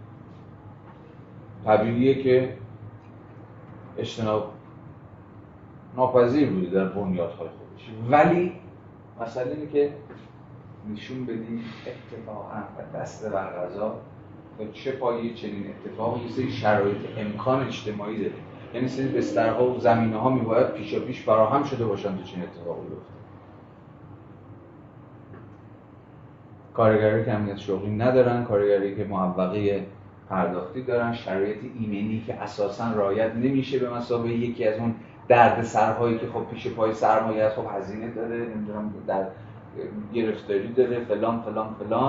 طبیعیه که اجتناب ناپذیر بوده در بنیادهای خودش. ولی مسئله اینه که نشون بدیم اتفاقا و دست بر قضا تا چه پایه چنین اتفاقی یه سری شرایط امکان اجتماعی داره. یعنی سری بسترها و زمینه ها میباید پیشا پیش فراهم شده باشن تا چنین اتفاقی بیفته. کارگرایی که امنیت شغلی ندارن، کارگرایی که معوقه پرداختی دارن، شرایط ایمنی که اساساً رعایت نمیشه به مثابه یکی از اون دردسرهایی که خب پیش پای سرمایه است، خب هزینه داره، نمیدونم در گرفتاری داره، فلان فلان فلان.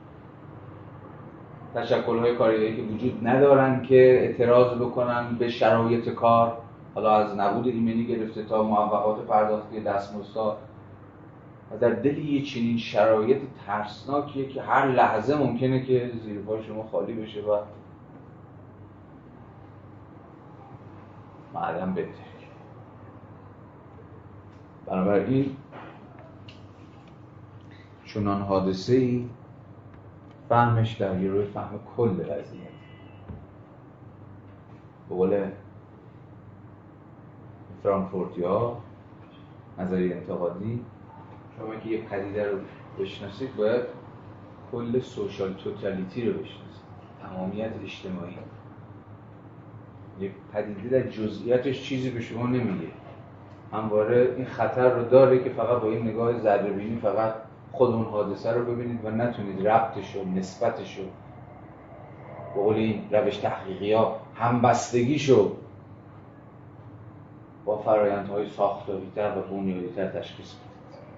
تشکل‌های کارگری که وجود ندارن که اعتراض بکنن به شرایط کار، حالا از نبود ایمنی گرفته تا موفقات پرداختی دستمزدها. و در دل یه چنین شرایط ترسناکیه که هر لحظه ممکنه که زیر پای شما خالی بشه و معدن بترک. بنابراین چنان حادثه‌ای فهمش در یه روی فهم کل قضیه. به قول فرانکفورتی‌ها نظریه انتقادی، شما که یه پدیده رو بشناسید باید کل سوشال توتالیتی رو بشناسید، تمامیت اجتماعی. یه پدیده در جزئیاتش چیزی به شما نمیگه، همواره این خطر رو داره که فقط با این نگاه ذره‌بینی فقط خود اون حادثه رو ببینید و نتونید ربطش و نسبتش و به قول این روش تحقیقی ها همبستگیشو با فرآیندهای ساختاری‌تر و بنیادی‌تر تشخیص بدید.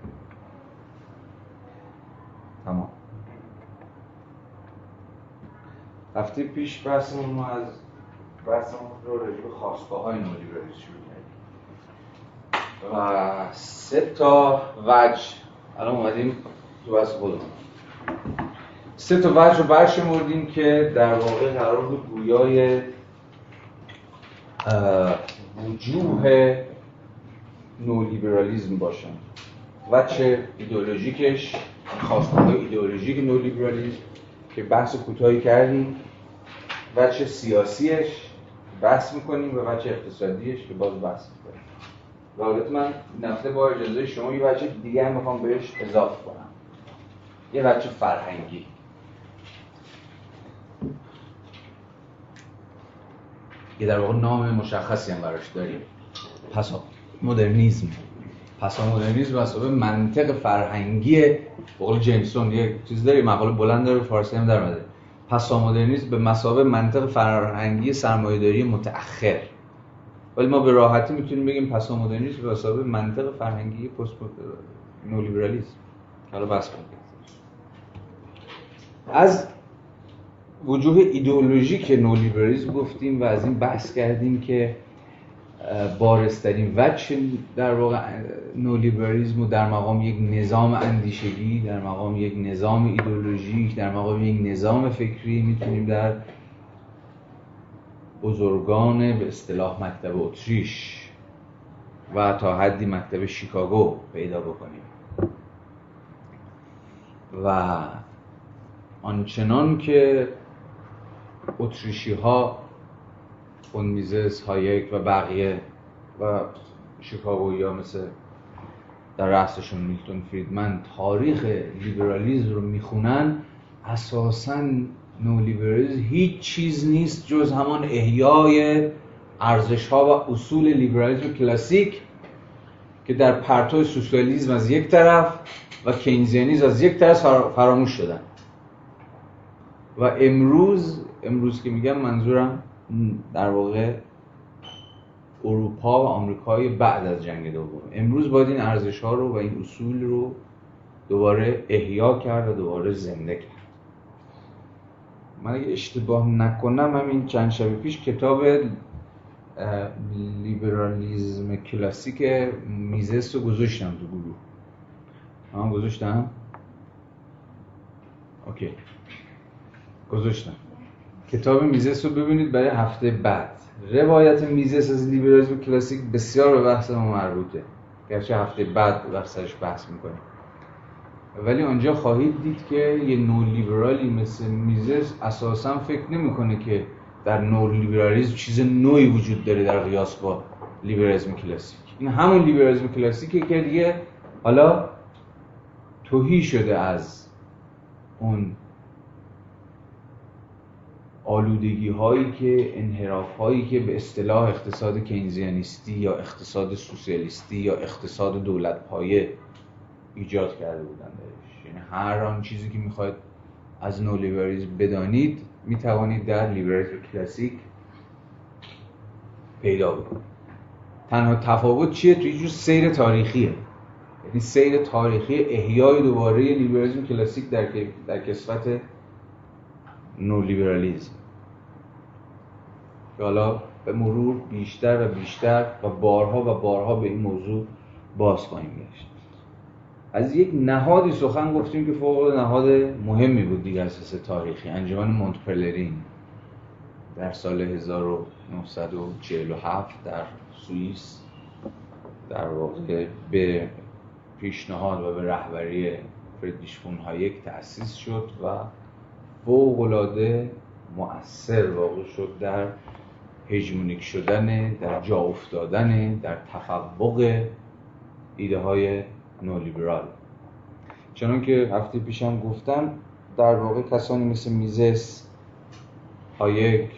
تمام. هفته پیش بحثمون رو از بحثمون رو راجع به خاستگاه‌های نولیبرالیسم شروع کردیم و سه تا وجه الان اومدیم تو بحث خودمون سه تا وجه رو برشمردیم که در واقع قرار بود گویای وجوه نولیبرالیسم باشن. وجه ایدئولوژیکش، خواستگاه ایدئولوژیک نولیبرالیسم که بحث کوتاهی کردیم، وجه سیاسیش بحث میکنیم و وجه اقتصادیش که باز بحث میکنیم. و حالت من نفته با اجازه شما یه وجه دیگه هم میخوام بهش اضافه کنم، یه وجه فرهنگی. یه در واقع نام مشخصی هم براش داریم، پسا مدرنیسم. پسا مدرنیسم واسه منطق فرهنگی به قول جیمسون یه چیز داره، مقاله بلند داره فارسی هم در اومده. پسا مدرنیسم به مثابه منطق فرهنگی سرمایه‌داری متأخر. ولی ما به راحتی میتونیم بگیم پسا مدرنیسم به مثابه منطق فرهنگی پست نولیبرالیسم. حالا بحث کنیم. از وجوه ایدئولوژیک نولیبرالیسم گفتیم و از این بحث کردیم که بارزترین وجه در واقع نولیبرالیسم در مقام یک نظام اندیشگی، در مقام یک نظام ایدئولوژیک، در مقام یک نظام فکری میتونیم در بزرگان به اصطلاح مکتب اتریش و تا حدی مکتب شیکاگو پیدا بکنیم. و آنچنان که اتریشی ها فون میزس، هایک و بقیه و شیکاگویی ها مثل در رأسشون میلتون فریدمن تاریخ لیبرالیسم رو میخونن، اساساً نولیبرالیسم هیچ چیز نیست جز همان احیای ارزش‌ها و اصول لیبرالیسم کلاسیک که در پرتو سوسیالیسم از یک طرف و کینزیانیسم از یک طرف فراموش شدن. و امروز امروز که میگم منظورم در واقع اروپا و آمریکای بعد از جنگ دوم. امروز باید این ارزش‌ها رو و این اصول رو دوباره احیا کرد و دوباره زنده کرد. من اگه اشتباه نکنم همین چند شب پیش کتاب لیبرالیسم کلاسیک میزس رو گذاشتم تو گروه. آها گذاشتم؟ اوکی. گذاشتم. کتاب میزس رو ببینید برای هفته بعد. روایت میزس از لیبرالیسم کلاسیک بسیار به بحث ما مربوطه. گرچه هفته بعد بحثش بحث میکنیم. ولی آنجا خواهید دید که یه نولیبرالی مثل میزس اساساً فکر نمیکنه که در نولیبرالیسم چیز نوعی وجود داره در قیاس با لیبرالیسم کلاسیک. این همون لیبرالیسم کلاسیکه که دیگه حالا تهی شده از اون آلودگی هایی که انحراف هایی که به اصطلاح اقتصاد کینزیانیستی یا اقتصاد سوسیالیستی یا اقتصاد دولت پایه ایجاد کرده بودن درش. یعنی هر آن چیزی که میخواید از نولیبرالیسم بدانید میتوانید در لیبرالیسم کلاسیک پیدا بکنید. تنها تفاوت چیه؟ توی یه جور سیر تاریخیه. یعنی سیر تاریخی احیای دوباره لیبرالیسم کلاسیک در در کسوت نولیبرالیسم. که حالا به مرور بیشتر و بیشتر و بارها و بارها به این موضوع باز خواهیم گشت. از یک نهادی سخن گفتیم که فوق نهاد مهمی بود دیگه از حیث تاریخی، انجمن مونتپلرین در سال هزار و نهصد و چهل و هفت در سوئیس در واقع به پیشنهاد و به رهبری فریدریش فون هایک تأسیس شد و فوق‌العاده مؤثر واقع شد در هژمونیک شدن، در جا افتادن، در تفوق ایده های نولیبرال. چنان که هفته پیشم گفتم در واقع کسانی مثل میزس، هایک،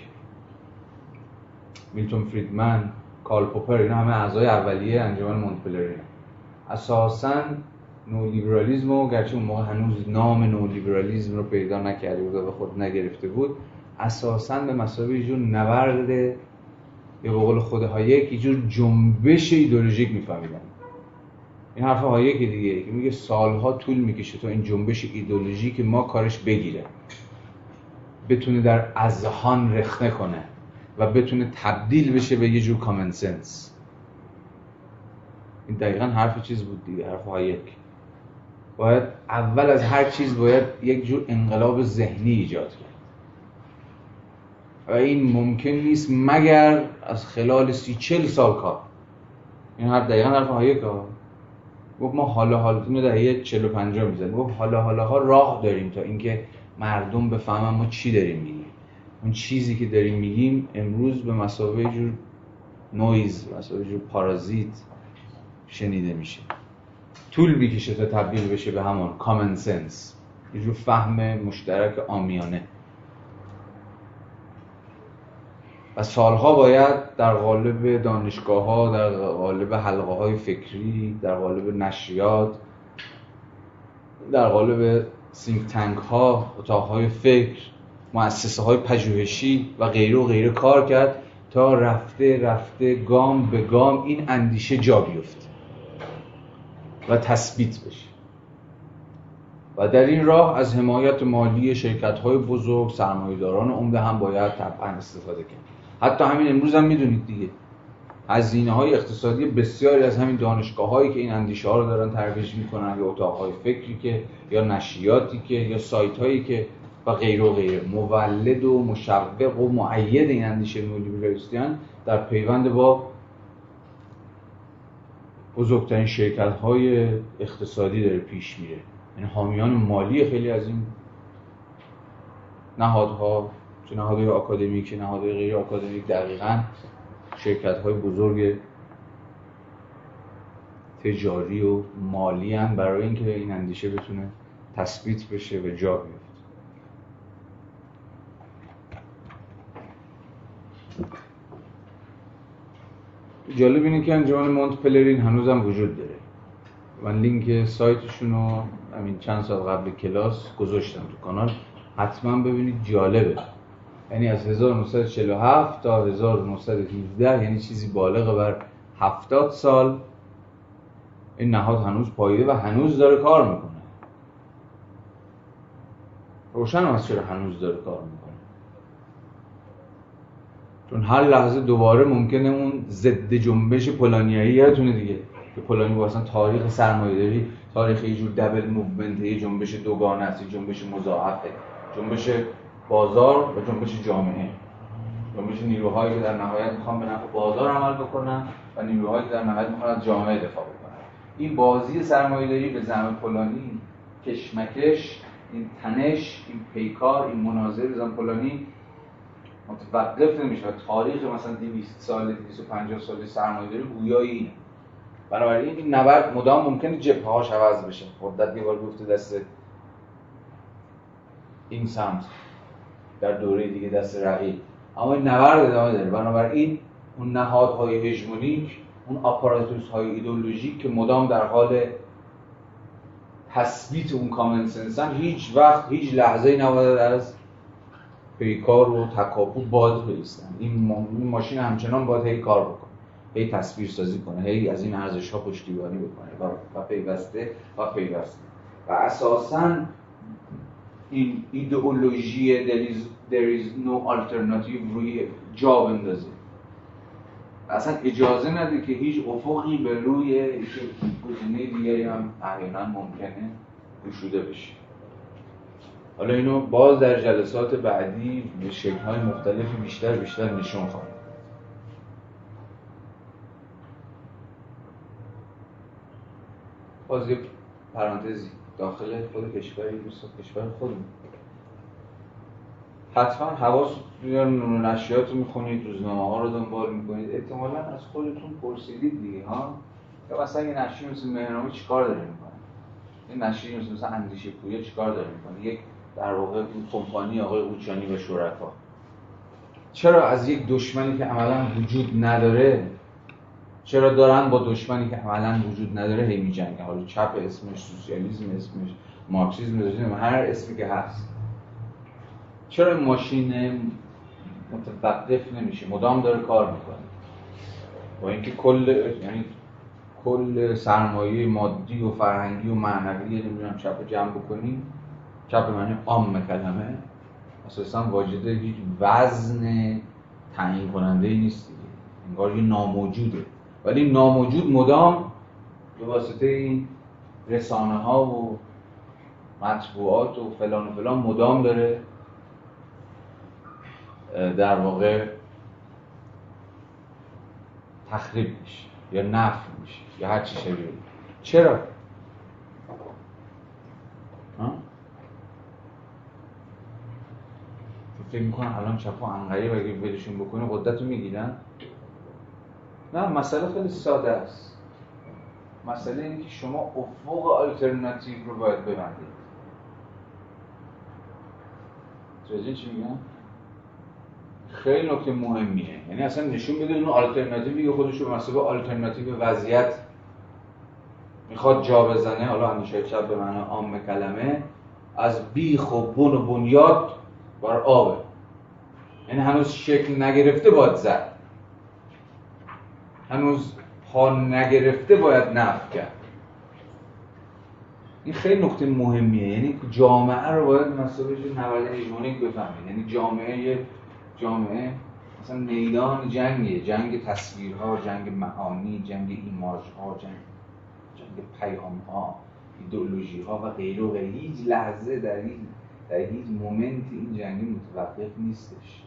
میلتون فریدمن، کارل پوپر، اینا همه اعضای اولیه انجمن مونتپلرین. اساساً نولیبرالیسم رو گرچه اون موقع هنوز نام نولیبرالیسم رو پیدا نکرده بود و به خود نگرفته بود، اساساً به مثابه یه جور نبرد یا به قول خود هایک یه جور جنبش ایدئولوژیک می‌فهمیدن. این حرف هایک دیگه که میگه سالها طول میکشه تا این جنبش ایدئولوژی که ما کارش بگیره، بتونه در اذهان رخنه کنه و بتونه تبدیل بشه به یه جور کامن سنس. این دقیقاً حرف چیز بود دیگه، حرف هایک. باید اول از هر چیز باید یک جور انقلاب ذهنی ایجاد کرد و این ممکن نیست مگر از خلال سی چل سال کار. این حرف دقیقاً حرف هایک ها. گفت ما حالا حالا اینو دهه چهل و پنجاه میزنیم، گفت حالا حالا ها راه داریم تا اینکه مردم بفهمن ما چی داریم میگیم. اون چیزی که داریم میگیم امروز به مثابه جور نویز، به مثابه جور پارازیت شنیده میشه. طول میکشه تا تبدیل بشه به همون کامن سنس، یه جور فهم مشترک عامیانه. و سالها باید در قالب دانشگاه‌ها، در قالب حلقه‌های فکری، در قالب نشریات، در قالب سینک تانک‌ها، اتاق‌های فکر، مؤسسه‌های پژوهشی و غیره و غیره کار کرد تا رفته رفته گام به گام این اندیشه جا بیفته و تثبیت بشه. و در این راه از حمایت مالی شرکت‌های بزرگ، سرمایه‌داران عمده هم باید طبعاً استفاده کرد. حتی همین امروز هم میدونید دیگه، هزینه‌های اقتصادی بسیاری از همین دانشگاه‌هایی که این اندیشه‌ها رو دارن ترویج می‌کنن، یا اتاق‌های فکری که، یا نشریاتی که، یا سایت‌هایی که و غیره و غیره، مولد و مشوق و مؤید این اندیشه نئولیبرالیستیان در پیوند با بزرگترین شرکت‌های اقتصادی داره پیش میره. یعنی حامیان مالی خیلی از این نهادها، چه نهادهای آکادمیک، چه نهادهای غیر آکادمیک، دقیقاً شرکت‌های بزرگ تجاری و مالی هستند برای اینکه این اندیشه بتونه تثبیت بشه و جا بیفته. جالب اینه که انجمن مونت پلرین هنوزم وجود داره. من لینک سایتشون رو همین چند سال قبل کلاس گذاشتم تو کانال، حتما ببینید، جالبه. یعنی از هزار و نهصد و چهل و هفت تا هزار و نهصد و هفده، یعنی چیزی بالغ بر هفتاد سال این نهاد هنوز پاییده و هنوز داره کار میکنه. روشن هست چرا هنوز داره کار میکنه. چون هر لحظه دوباره ممکنه اون ضد جنبش پولانیایی یادتونه دیگه، که پولانی با اصلا تاریخ سرمایه‌داری، تاریخ یه جور دبل موومنت، یه جنبش دوگانه است، یه جنبش مضاعفه، جنبش بازار و جنبش جامعه، جنبش نیروهایی که در نهایت میخوان به نفع بازار عمل بکنن و نیروهایی که در نهایت میخوان از جامعه دفاع بکنن. این بازی سرمایه‌داری به زعم پولانی، کشمکش، این تنش، این پیکار، این مناظره به زعم پولانی متوقف نمیشه و تاریخ مثلا دویست سال، دویست و پنجاه سال سرمایه‌داری گویای اینه. بنابراین این نبرد مدام ممکنه جبهه‌هاش عوض بشه. مدت یه بار گفته دست این سمت، در دوره دیگه دست رقیب، اما این نبرد ادامه داره. بنابراین اون نهادهای هژمونیک، اون آپاراتوس‌های ایدئولوژیک که مدام در حال تثبیت اون کامن سنسن، هیچ وقت هیچ لحظه‌ای نباید از پیکار و تکاپو باز بایستن. این ماشین همچنان باید هی کار بکنه، هی تصویر سازی کنه، هی از این ارزش‌ها پشتیبانی بکنه و پیوسته و پیوسته و اساساً این ایدئولوژی there is, there is no alternative روی جا بندازه. اصلا اجازه نده که هیچ افقی به روی گزینه دیگری هم احیانا ممکنه گشوده بشه. حالا اینو باز در جلسات بعدی به شکل‌های مختلفی بیشتر بیشتر نشون خواهم. باز یک پرانتزی داخل خود کشوری، دوست کشور خودمون، حتما حواس بیان نشریات رو میخونید، روزنامه ها رو دنبال میکنید، احتمالاً از خودتون پرسیدید دیگه ها، یا مثلا یه نشریه مثل مهرنامه چیکار داره میکنه، این نشریه مثل مثلا اندیشه پویه چیکار داره میکنه، یک در واقع کمپانی آقای قوچانی و شرکا. چرا از یک دشمنی که عملاً وجود نداره، چرا دارن با دشمنی که عملاً وجود نداره هی میجنگن؟ حالا چپ اسمش سوسیالیسم، اسمش مارکسیسم، هر اسمی که هست. چرا این ماشین متوقف نمیشه، مدام داره کار میکنه؟ با اینکه کل یعنی کل سرمایه مادی و فرهنگی و معنوی نمیدونم چپ جمع بکنیم، چپ معنی عام کلمه، اساسا واجد هیچ وزن تعیین کننده ای نیست دیگه، انگار یه ناموجوده، ولی ناموجود مدام به واسطه این رسانه ها و مطبوعات و فلان و فلان مدام داره در واقع تخریب میشه یا نفی میشه یا هر چی شبیه. چرا؟ ها؟ فکر میکنن الان چپا انقریب اگه ولشون بکنه قدرت رو میگیرن؟ نه، مسئله خیلی ساده است. مسئله اینه که شما افق آلترناتیو رو باید ببندید. توجه چی میگم؟ خیلی نکته مهمیه. یعنی اصلا نشون بده اون آلترناتیوی که خودش رو به مثابه آلترناتیو وضعیت میخواد جا بزنه، حالا همیشه چپ به معنی عام کلمه، از بیخ و بن و بنیاد بر آبه. یعنی هنوز شکل نگرفته باید زد، هنوز پا نگرفته باید نفی کرد. این خیلی نکته مهمیه. یعنی جامعه رو باید مثلا نبرد هژمونیک بفهمید. یعنی جامعه جامعه مثلا میدان جنگیه، جنگ تصویرها، جنگ معانی، جنگ ایماژها، جنگ جنگ پیام‌ها، ایدئولوژی‌ها و غیره و غیره. هیچ لحظه در هیچ در هیچ مومنتی این جنگ متوقف نیستش.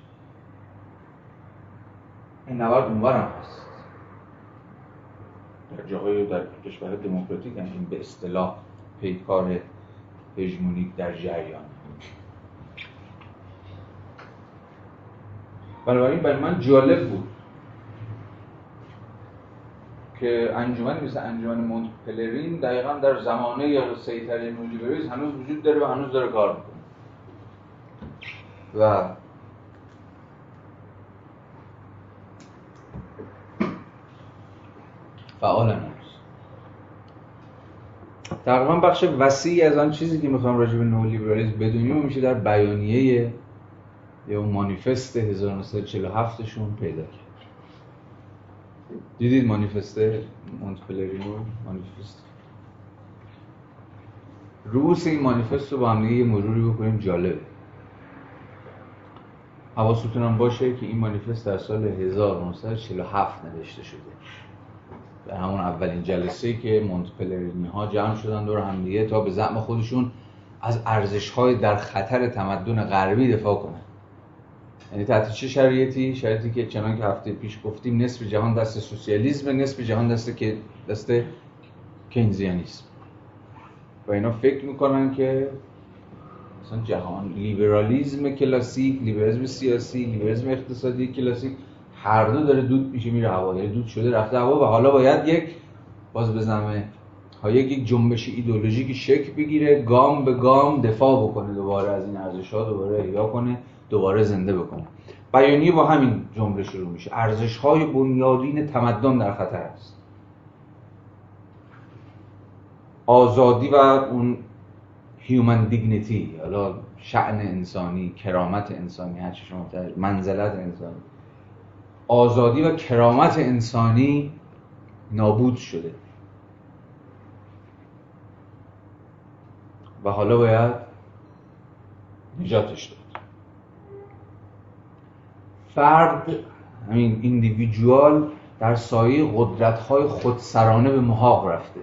این نبرد اونور هم هست. در جاهای در کشور دموکراتیک هم این به اصطلاح پیکار هژمونیک در جریان. بنابراین برای من جالب بود که انجمنی مثل انجمن مونت پلرین دقیقاً در زمانه یا سیطره نولیبرالیسم هنوز وجود داره و هنوز داره کار میکنه و فعال هنوز. تقریباً بخش وسیعی از آن چیزی که میخوام راجع به نولیبرالیسم بدونیم میشه در بیانیه یا اون مانیفست هزار و نهصد و چهل و هفت شون پیدا کرد. دیدید مانیفست مونت پلرین رو؟ مانیفست رؤوس این مانیفست رو با هم دیگه یه مروری بکنیم، جالبه. حواستون هم باشه که این مانیفست در سال هزار و نهصد و چهل و هفت نوشته شده، در همون اولین جلسه‌ای که مونت پلرینی ها جمع شدن دور هم دیگه تا به زعم خودشون از ارزش‌های در خطر تمدن غربی دفاع کنن. یعنی تحت چه شرایطی؟ شرایطی که چنان که هفته پیش گفتیم نصف جهان دست سوسیالیسم، نصف جهان دست که دست کینزیانیسم. و اینا فکر میکنن که مثلا جهان لیبرالیسم کلاسیک، لیبرالیسم سیاسی، لیبرالیسم اقتصادی کلاسیک هر دو داره دود میشه میره هوا، یعنی دود شده رفته هوا و حالا باید یک باز بزنمه ها یک جنبش ایدئولوژیکی شکل بگیره، گام به گام دفاع بکنه دوباره از این ارزش‌ها، دوباره احیا کنه، دوباره زنده بکنه. بیانیه با همین جمله شروع میشه: ارزش‌های بنیادین تمدن در خطر است. آزادی و اون هیومن دیگنیتی، حالا شأن انسانی، کرامت انسانی، هر چی شما تر منزلت انسانی، آزادی و کرامت انسانی نابود شده و حالا باید نجاتش داد. فرد، همین ایندیویدوال، در سایه قدرت‌های خودسرانه به محاق رفته،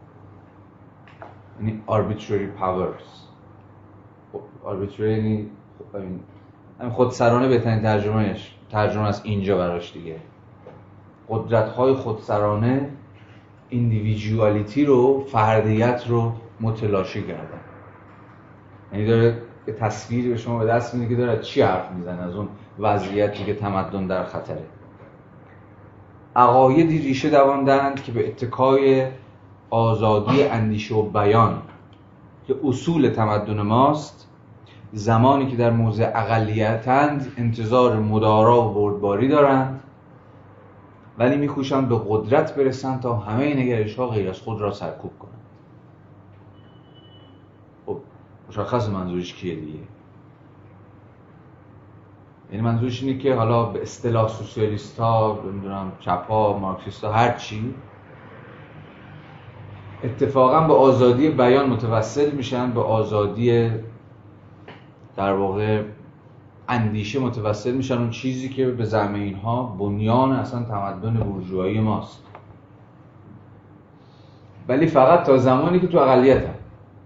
یعنی arbitrary powers. arbitrary یعنی خودسرانه بهترین ترجمهش ترجمه از اینجا براش دیگه. قدرت‌های خودسرانه ایندیویدوالیتی رو، فردیت رو متلاشی کردن. یعنی داره یه تصویری به شما به دست میده که داره چی حرف میزنه، از اون وضعیتی که تمدن در خطره. عقایدی ریشه دواندند که به اتکای آزادی اندیشه و بیان که اصول تمدن ماست، زمانی که در موضع اقلیتند انتظار مدارا و بردباری دارند، ولی می‌کوشند به قدرت برسند تا همه نگرش‌ها غیر از خود را سرکوب کنند. خب مشخص منظورش کیه دیگه؟ یعنی منظورش اینه که حالا به اصطلاح سوسیالیست‌ها، نمی‌دونم چپ‌ها، مارکسیست‌ها، هر چی، اتفاقاً به آزادی بیان متوسل میشن، به آزادی در واقع اندیشه متوسل میشن اون چیزی که به زعم اینها بنیان اصلا تمدن بورژوایی ماست، ولی فقط تا زمانی که تو اقلیت هم.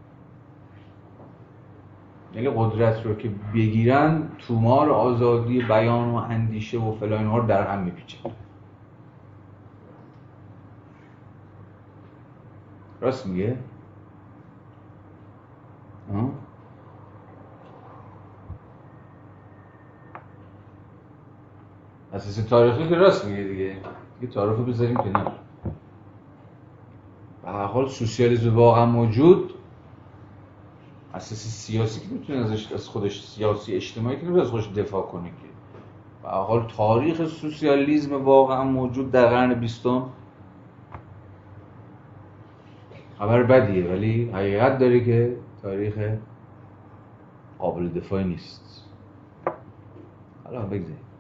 یعنی قدرت رو که بگیرن تومار آزادی بیان و اندیشه و فلان اینها رو در هم میپیچن. راست میگه؟ آه؟ اساس تاریخی که راست میگه دیگه، دیگه تاریخ رو بذاریم کنار. به هر حال سوسیالیسم واقعا موجود، اساس سیاسی که میتونه ازش از خودش سیاسی اجتماعی که نمیتونه از خودش دفاع کنه که. به هر حال تاریخ سوسیالیسم واقعا موجود در قرن بیستم خبر بدیه، ولی حقیقت داره که تاریخ قابل دفاعی نیست. حالا بگذاریم.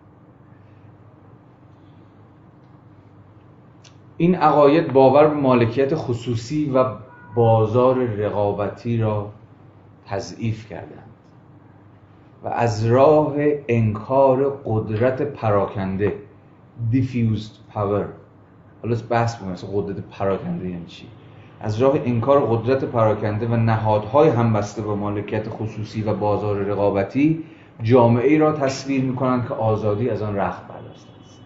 این عقاید باور به مالکیت خصوصی و بازار رقابتی را تضعیف کردند و از راه انکار قدرت پراکنده diffused power، حالا بحث بگم مثلا قدرت پراکنده یعنی چی، از راه انکار قدرت پراکنده و نهادهای همبسته با مالکیت خصوصی و بازار رقابتی جامعه‌ای را تصویر می‌کنند که آزادی از آن رخت برداشته است.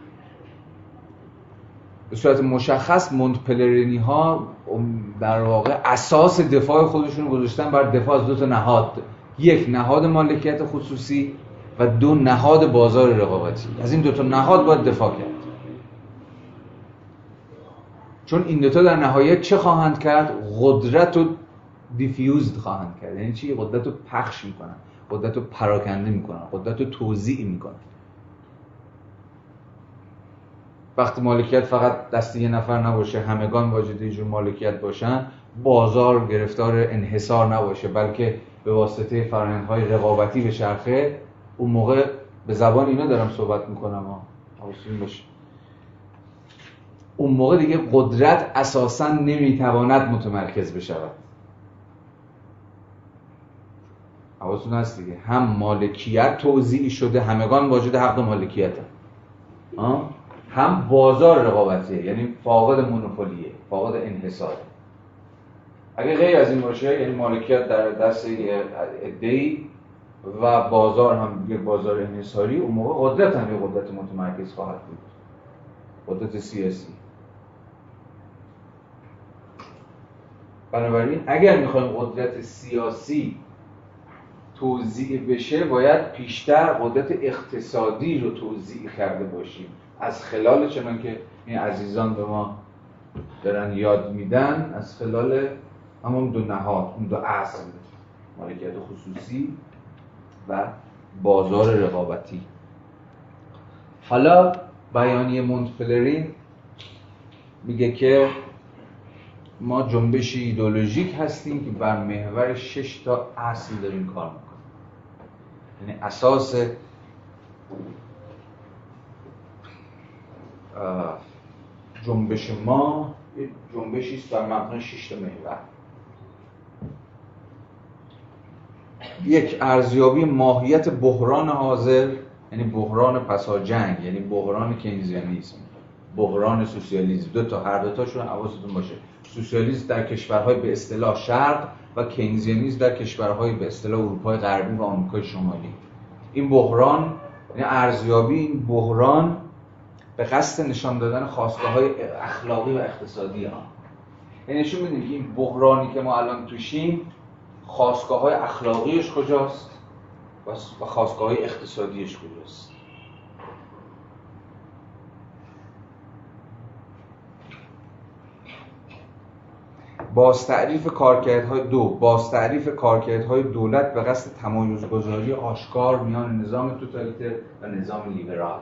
به صورت مشخص مونتپلرینی ها در واقع اساس دفاع خودشون گذاشتن بر دفاع از دو تا نهاد، یک نهاد مالکیت خصوصی و دو نهاد بازار رقابتی. از این دو تا نهاد باید دفاع کرد، چون این دو تا در نهایت چه خواهند کرد؟ قدرت رو دیفیوزد خواهند کرد. یعنی چی؟ قدرت رو پخش میکنن، قدرت رو پراکنده میکنن، قدرت رو توزیع میکنن. وقتی مالکیت فقط دست یه نفر نباشه، همگان واجد یه جور مالکیت باشن، بازار گرفتار انحصار نباشه بلکه به واسطه فرآیندهای رقابتی به چرخه، اون موقع به زبان اینا دارم صحبت میکنم ها، حواستون باشه، اون موقع دیگه قدرت اساساً نمیتواند متمرکز بشود. حواستون هست دیگه، هم مالکیت توزیع شده، همگان واجد حق مالکیت هم. هم بازار رقابتیه، یعنی فاقد مونوپولیه، فاقد انحصاره. اگه غیر از این باشه، یعنی مالکیت در دست عده‌ای و بازار هم یک بازار انحصاری، اون موقع قدرت هم یک قدرت متمرکز خواهد بود، قدرت سیاسی. بنابراین اگر میخوایم قدرت سیاسی توزیع بشه، باید پیشتر قدرت اقتصادی رو توزیع کرده باشیم، از خلال، چنان که این عزیزان به ما دارن یاد میدن، از خلال همون دو نهاد، اون دو اصل، مالکیت خصوصی و بازار رقابتی. حالا بیانیه مونتپلرین میگه که ما جنبش ایدئولوژیک هستیم که بر محور شش تا اصل داریم کار میکنیم. یعنی اساس جنبش ما یه جنبشی است بر مبنای شش تا محور. یک، ارزیابی ماهیت بحران حاضر، یعنی بحران پسا جنگ، یعنی بحران کینزیانیسم، بحران سوسیالیسم. دو تا، هر دو تاشون حواستون باشه. سوسیالیسم در کشورهای به اصطلاح شرق و کینزیانیسم در کشورهای به اصطلاح اروپای غربی و آمریکای شمالی. این بحران، یعنی ارزیابی این بحران به قصد نشان دادن خواستگاه‌های اخلاقی و اقتصادی ها. یعنی نشون میدیم که این بحرانی که ما الان توشیم، خواستگاه‌های اخلاقیش کجاست و خواستگاه‌های اقتصادیش کجاست. باز تعریف کارکردهای دو باز تعریف کارکردهای دولت به قصد تمایزگذاری آشکار میان نظام توتالیتر و نظام لیبرال.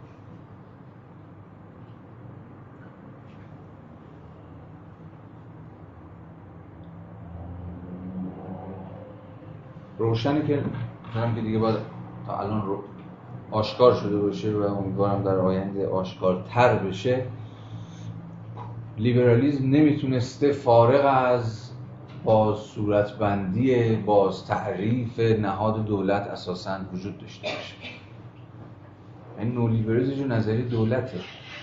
روشنه که هم که دیگه باید تا الان رو آشکار شده باشه و امیدوارم در آینده آشکارتر بشه. لیبرالیسم نمیتونسته فارغ از باز صورتبندی، باز تعریف نهاد دولت اساساً وجود داشته باشه. این نولیبرالیسم جو نظریه دولته،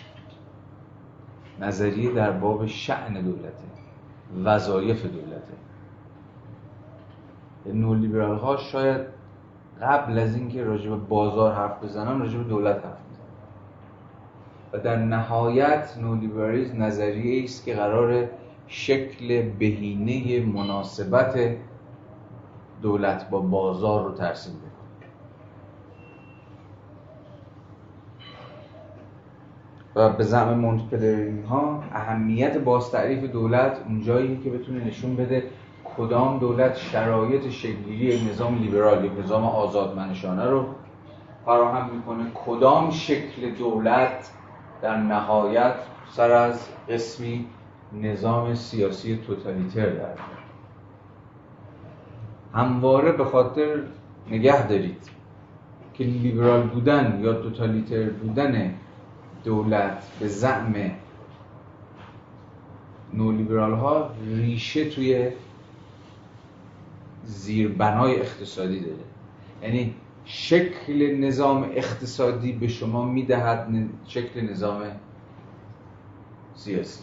نظریه در باب شأن دولته، وظایف دولته. نولیبرال ها شاید قبل از اینکه راجع به بازار حرف بزنن راجع به دولت حرف بزنن و در نهایت نولیبرالیسم نظریه است که قرار شکل بهینه مناسبت دولت با بازار رو ترسیم بکنه. و به زعم مونتپلرین ها اهمیت بازتعریف دولت اونجاییه که بتونه نشون بده کدام دولت شرایط شکل‌گیری نظام لیبرال یا نظام آزادمنشانه رو فراهم میکنه، کدام شکل دولت در نهایت سر از قسمی نظام سیاسی توتالیتر در میاره. همواره به خاطر نگه دارید که لیبرال بودن یا توتالیتر بودن دولت به زعم نولیبرال ها ریشه توی زیربنای اقتصادی داره. یعنی شکل نظام اقتصادی به شما میدهد شکل نظام سیاسی.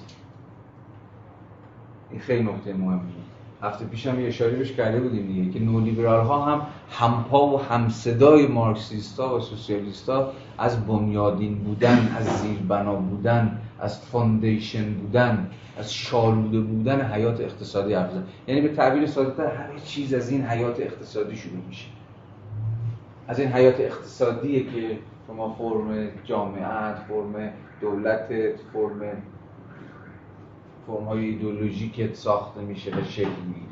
این خیلی نکته مهمیه. هفته پیش هم یه اشاره بهش کرده بودیم دیگه که نولیبرال ها هم همپا و همصدای مارکسیستا و سوسیالیستا از بنیادین بودن، از زیربنا بودن، از فاندیشن بودن، از شالوده بودن حیات اقتصادی حرف زدن. یعنی به تعبیر ساده‌تر همه چیز از این حیات اقتصادی شروع میشه. از این حیات اقتصادیه که شما فرم جامعه، فرم دولت، فرم فرم‌های ایدئولوژیک ساخته میشه و شکل میگیره.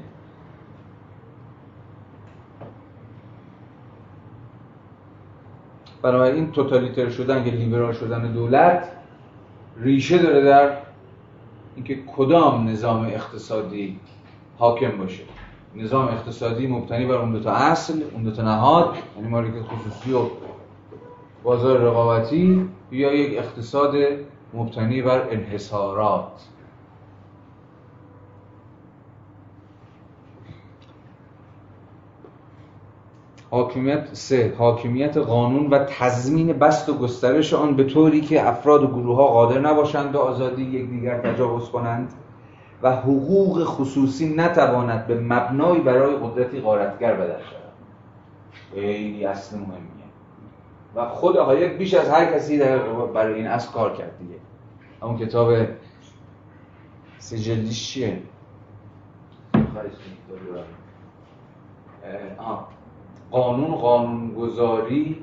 بنابراین توتالیتر شدن یا لیبرال شدن دولت ریشه داره در اینکه کدام نظام اقتصادی حاکم باشه. نظام اقتصادی مبتنی بر اون دو تا اصل، اون دو تا نهاد، یعنی مالکیت خصوصی و بازار رقابتی، یا یک اقتصاد مبتنی بر انحصارات. حاکمیت سه حاکمیت قانون و تضمین بسط و گسترش آن به طوری که افراد و گروه‌ها قادر نباشند به آزادی یکدیگر تجاوز کنند و حقوق خصوصی نتواند به مبنایی برای قدرتی غارتگر بدل شود. خیلی اصل مهمیه و خود هایک بیش از هر کسی در برای این اصل کار کرد دیگه. همون کتاب سه جلدیش چیه؟ آه قانون قانونگذاری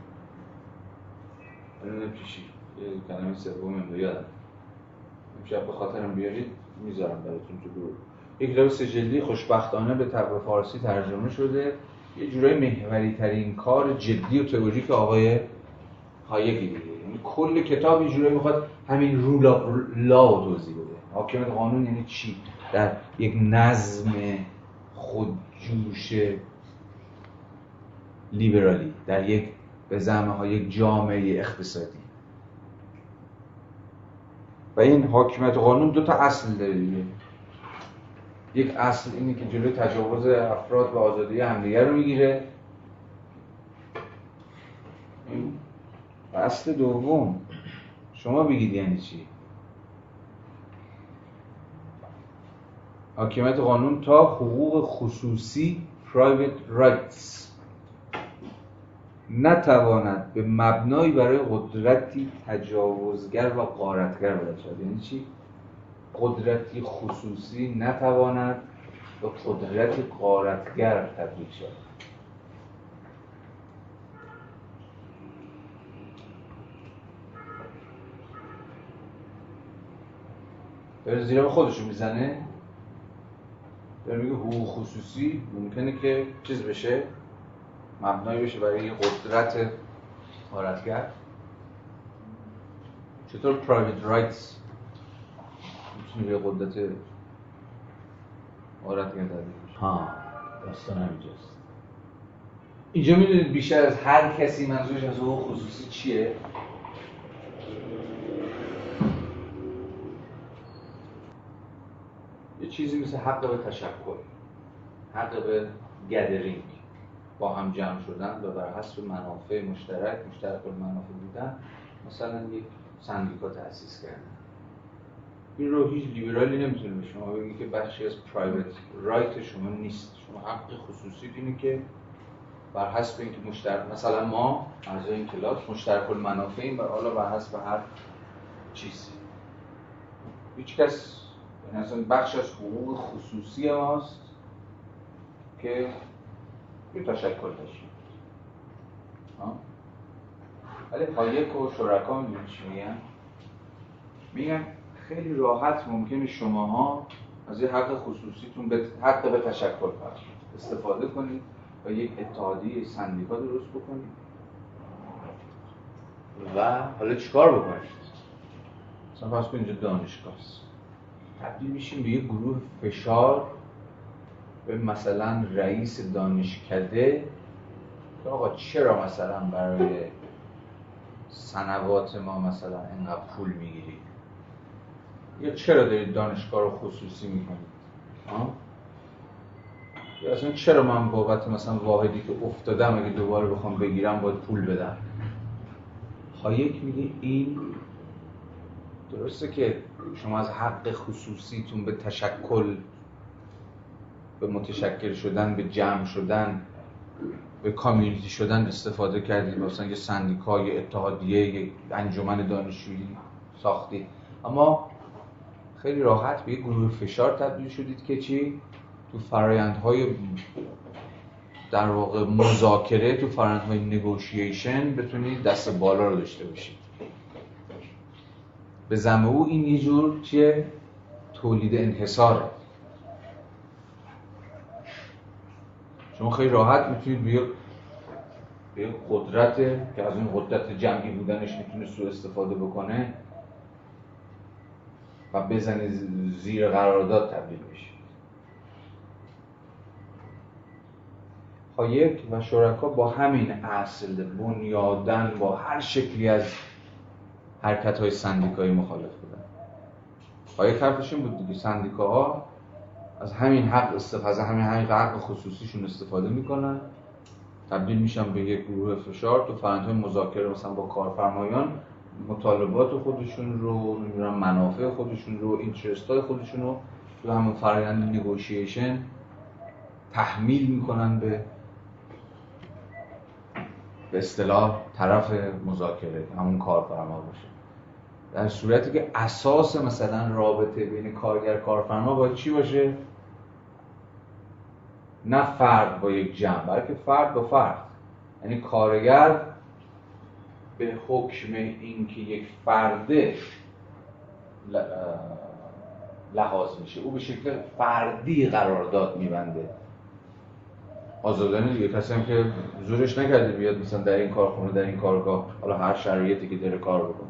نمی‌پیشی یه کلمه سومم رو یادم امشب به خاطرم بیارید میذارم براتون تو گروه. یک کتاب سه جلدی خوشبختانه به طبع فارسی ترجمه شده. یه جورای محوری ترین کار جدی و تئوریک آقای هایکی دیگه. یعنی کل کتاب یه جورایی میخواد همین رولا لا توضیح بده. حاکمیت قانون یعنی چی در یک نظم خودجوش لیبرالی، در یک به زعم ها یک جامعه اقتصادی. و این حاکمیت قانون دو تا اصل داره دیگه. یک اصل اینه که جلوی تجاوز افراد به آزادی همدیگر رو میگیره. و اصل دوم شما بگید یعنی چی؟ حاکمیت قانون تا حقوق خصوصی private rights نتواند به مبنایی برای قدرتی تجاوزگر و غارتگر بدل شود. یعنی چی؟ قدرتی خصوصی نتواند به قدرتی غارتگر تبدیل شود. داره زیرا به خودشو میزنه. داره میگه حقوق خصوصی ممکنه که چیز بشه، مبنایی بشه برای یه قدرت غارتگر. چطور private rights میتونه به قدرت غارتگر تبدیل بشه؟ ها داستان همینجاست. اینجا میدونید بیشتر از هر کسی منظورش از حقوق خصوصی چیه؟ یه چیزی مثل حق به تشکل، حق به گدرینگ، با هم جمع شدن و بر حسب منافع مشترک، مشترک المنافع بودن، مثلا یک سندیکا تأسیس کردن. این رو هیچ لیبرالی نمیتونه به شما بگه که بخشی از پرایوت رایت شما نیست. شما حق خصوصی اینه که بر حسب اینکه مشترک، مثلا ما اعضای این کلاس مشترک المنافعیم و حالا بر حسب هر چیزی، هیچ کس مثلا بخش از حقوق خصوصی ماست که یه تشکل داشتیم. ولی هایک و شرکا میدونی چی میگن؟ میگن خیلی راحت ممکنه شماها از یه حق خصوصیتون به حق به تشکل استفاده کنید و یک اتحادیه سندیکا درست بکنید و حالا چیکار بکنید؟ مثلا فرض کنید اینجا دانشگاه است، تبدیل میشیم به یک گروه فشار به مثلا رئیس دانشکده که آقا چرا مثلا برای سنوات ما مثلا اینقدر پول میگیرید یا چرا دارید دانشگاه رو خصوصی میکنید؟ یا اصلا چرا من بابت مثلا واحدی که افتادم اگه دوباره بخوام بگیرم باید پول بدم؟ هایک میگه این درسته که شما از حق خصوصیتون به تشکل، به متشکل شدن، به جمع شدن، به کامیونیتی شدن استفاده کردید، مثلا یه سندیکا، یه اتحادیه، یه انجمن دانشجویی ساختید، اما خیلی راحت به یه گروه فشار تبدیل شدید که چی؟ تو فرآیندهای در واقع مذاکره، تو فرآیندهای نگوشیشن بتونید دست بالا رو داشته باشید. به زعم او این یه جور چیه؟ تولید انحصاره. شما خیلی راحت میتونید به یک قدرت که از این قدرت جمعی بودنش میتونه سوء استفاده بکنه و بزنید زیر قرارداد تبدیل بشید. هایک و شرکا با همین اصل بنیادن با هر شکلی از حرکت‌های سندیکایی مخالف بودن. هایک حرفش این بود دیگه، سندیکاها از همین حق استفاده از همین حق خصوصیشون استفاده میکنن، تبدیل میشن به یک گروه فشار تو فرآیندهای مذاکره مثلا با کارفرمایان، مطالبات خودشون رو، نمیدونم منافع خودشون رو، اینترست‌های خودشون رو تو همون فرآیند نگوشیشن تحمیل میکنن به به اصطلاح طرف مذاکره، همون کارفرما باشه. در صورتی که اساس مثلا رابطه بین کارگر کارفرما باید چی باشه؟ نه فرد با یک جمع، بلکه فرد با فرد. یعنی کارگر به حکم اینکه یک فرده لحاظ میشه، او به شکل فردی قرارداد میبنده. آزادانه دیگه، کسی هم که زورش نکرده بیاد مثلا در این کارخونه، در این کارگاه، حالا هر شرایطی که داره کار بکنه.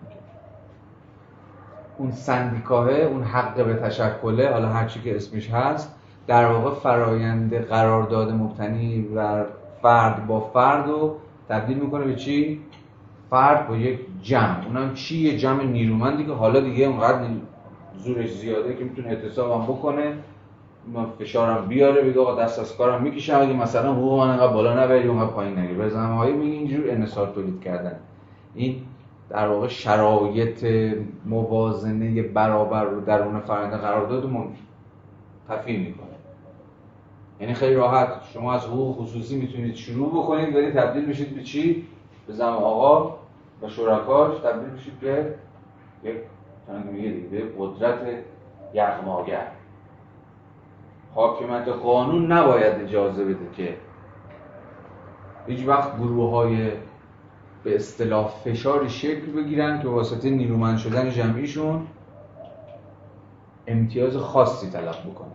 اون سندیکاه، اون حق به تشکله، حالا هر چی که اسمش هست، در واقع فرایند قرارداد مبتنی و فرد با فرد رو تبدیل میکنه به چی؟ فرد با یک جمع. اونم چی؟ یه جمع نیرومندی که حالا دیگه اونقدر زورش زیاده که میتونه اعتصابم بکنه، فشارم بیاره، بگه آقا دست از کارم میکشم اگه مثلا حقوق من انقدر بالا نبری اونقدر پایین نگیر. بزنم هایی میگه اینجور انحصار تولید کردن. این در واقع شرایط موازنه برابر رو درون فرآیند قرارداد منتفی میکنه. یعنی خیلی راحت شما از حقوق خصوصی میتونید شروع بکنید ولی تبدیل بشید به چی؟ به زعم آقا و شرکاش تبدیل بشید به یک میگه دیگه به قدرت یغماگر. حاکمیت قانون نباید اجازه بده که هیچ وقت گروه‌های به اصطلاح فشاری شکل بگیرن که واسطه نیرومند شدن جمعیشون امتیاز خاصی طلب بکنن.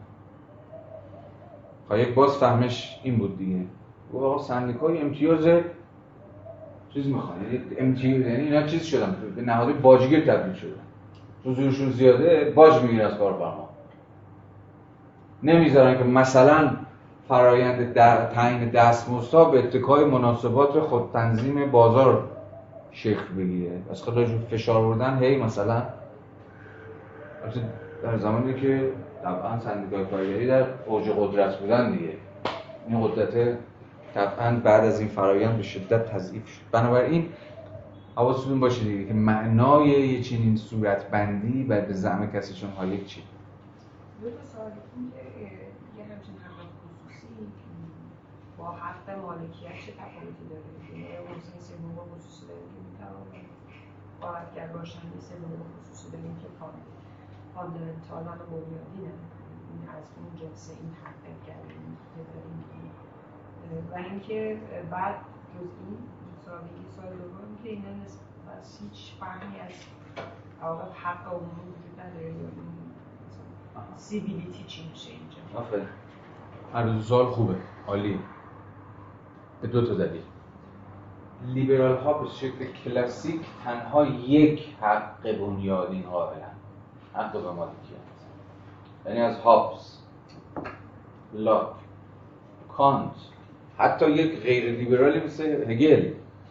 یک باز فهمش این بود دیگه، گفت آقا سندیکای امتیاز چیز میخوان، امتیاز یعنی اینا چیز شدن، به نهاد باجگیر تبدیل شدن، حضورشون زیاده باج میگیرن از کارفرما، نمیذارن که مثلا فرایند تعیین دستمزدها به اتکای مناسبات خود تنظیم بازار شکل بگیره. از خودشون فشار بردن هی مثلا در زمانی که طبعا سندیکای کارگری در اوج قدرت بودن دیگه، این قدرت طبعا بعد از این فرایند به شدت تضعیف شد. بنابراین حواستون باشه دیگه که معنای یه چنین صورتبندی و به زعم کسی چون هایک چیه؟ دو تا سوالی این که یه همچین حق خصوصی با حق مالکیت چه تفاوتی داره؟ یعنی مثلا سه حقوق خصوصی داریم که میتوانه قاعدگر باشن، سه حقوق خصوصی داریم که فاندامنتالن و بنیادی نداریم، این از اون جنس این حقیقت گرایی که داریم. و اینکه بعد جز این سوالی که سوال دوم که اینا بس هیچ فهمی از عواقب حق عمومی وجود نداره یا سیویلیتی چی میشه اینجا؟ آفرین. هر دو سوال خوبه، عالی. به دو تا دلیل. لیبرال ها به شکل کلاسیک تنها یک حق بنیادین قائلن، حق به مالکیت. یعنی از هابز، لاک، کانت، حتی یک غیر لیبرالی مثل هگل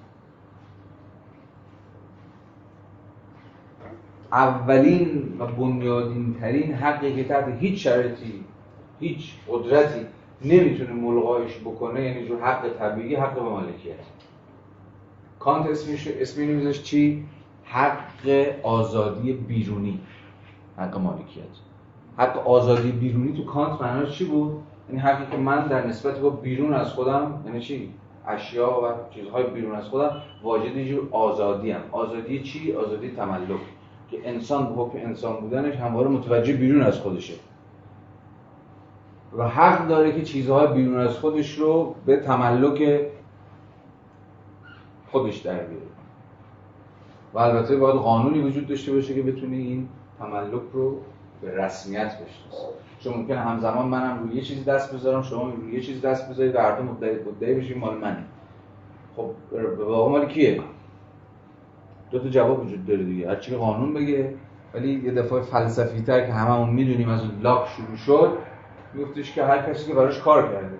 اولین و بنیادین ترین حقی که تحت هیچ شرایطی هیچ قدرتی نمیتونه ملغایش بکنه، یعنی جو حق طبیعی، حق به مالکیت. کانت اسمش اسمی نمیذاش چی؟ حق آزادی بیرونی، حق مالکیت. حق آزادی بیرونی تو کانت معناش چی بود؟ یعنی حقی که من در نسبت با بیرون از خودم، یعنی چی؟ اشیا و چیزهای بیرون از خودم واجد یه جور آزادی ام. آزادی چی؟ آزادی تملک، که انسان به حکم انسان بودنش همواره متوجه بیرون از خودشه و حق داره که چیزهای بیرون از خودش رو به تملک خودش در بیاره. و البته باید قانونی وجود داشته باشه که بتونه این تملک رو به رسمیت بشناسه. چون ممکنه همزمان منم روی یه چیزی دست بذارم، شما روی یه چیزی دست بذارید و هر دو مدعی مدعی بشیم مال منه. خب به واقع مال کیه؟ دو تا جواب وجود داره دیگه. هر چی قانون بگه، ولی یه دفعه فلسفی‌تر که هممون میدونیم از اون لاک شروع شد، میگفتش که هر کسی که براش کار کرده.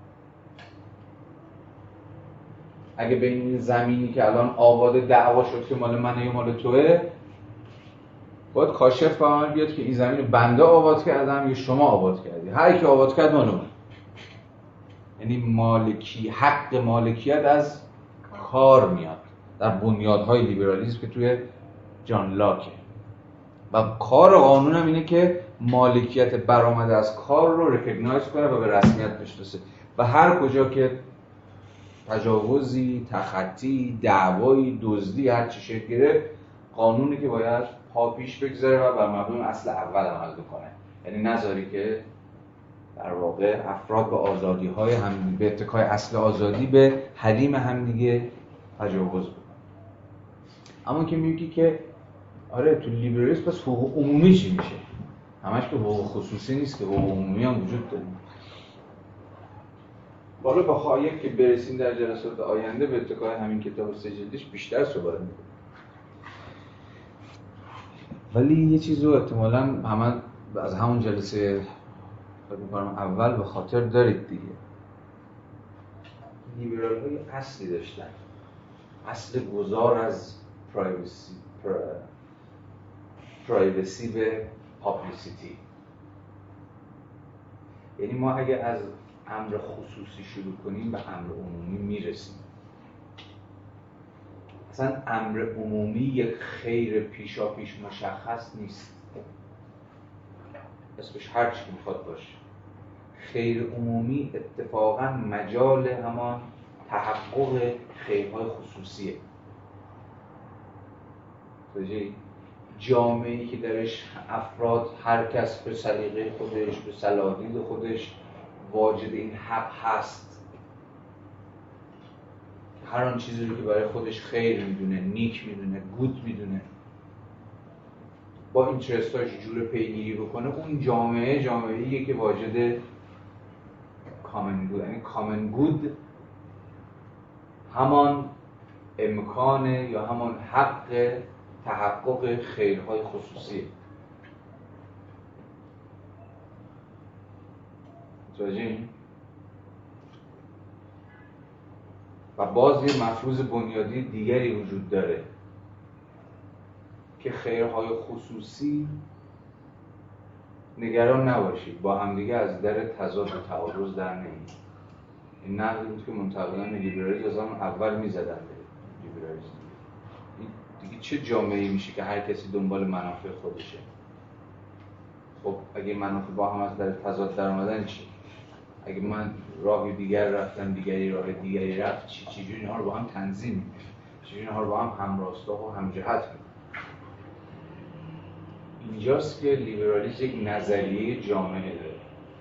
اگه بین این زمینی که الان آباد دعوا شد که مال منه یا مال توئه، باید کاشف به من بیاد که این زمین رو بنده آباد کردم یا شما آباد کردی. هر کی آباد کرد مال اون. یعنی مالکی، حق مالکیت از کار میاد در بنیادهای لیبرالیسم که توی جان لاکه. و کار قانون هم اینه که مالکیت برآمده از کار رو ریکگنایز کنه و به رسمیت بشناسه. و هر کجا که تجاوزی، تخطی، دعوایی، دزدی هر چی شکل گرفت، قانونی که باید پا پیش بگذاره و بر مبنای اصل اول عمل بکنه. یعنی نذاری که در واقع افراد به آزادی‌های هم به اتکای اصل آزادی به حریم همدیگه تجاوز بکنن. اما که میگی که آره تو لیبرالیسم پس حقوق عمومی چی میشه؟ همش که حقوق خصوصی نیست که حقوق عمومی هم وجود داره. بالا با هایک که برسیم در جلسات آینده به اتکای همین کتاب سه جلدش بیشتر صحبت می‌کنیم. ولی یه چیزو احتمالاً همه از همون جلسه فکر می‌کنم اول به خاطر دارید دیگه. لیبرال‌های اصلی داشتن. اصل گذار از پرایوسی پرایوسی به پابلیسیتی. یعنی ما اگه از امر خصوصی شروع کنیم به امر عمومی میرسیم. اصلا امر عمومی یک خیر پیشا پیش مشخص نیست. اسمش هر چی میخواد باشه. خیر عمومی اتفاقا مجال همان تحقق خیرهای خصوصیه. جامعه‌ای که درش افراد هر کس به سلیقه خودش، به صلاحیت خودش واجد این حق هست، هر آن چیزی رو که برای خودش خیر میدونه، نیک میدونه، گود میدونه، با اینترستاش جور پیگیری بکنه، اون جامعه جامعه‌ایه که واجد کامن گود، یعنی کامن گود همان امکان یا همان حق تحقق خیرهای خصوصیه. متوجه؟ و باز یه مفروض بنیادی دیگری وجود داره که خیرهای خصوصی نگران نباشید، با همدیگه از در تضاد و تعارض در نمیاد. این نقدی بود که منتقدان لیبرالیسم از همون اول میزدن به لیبرالیسم. دیگه چه جامعه‌ای میشه که هر کسی دنبال منافع خودشه؟ خب اگه منافع با هم از در تضاد در اومدن چی؟ اگه من راهی دیگر رفتم، دیگری راه دیگری رفت، چی چجوری اینها رو با هم تنظیم می‌کنیم؟ چجوری اینها رو با هم همراستا و همجهت می‌کنیم؟ اینجاست که لیبرالیسم یک نظریه جامعه داره.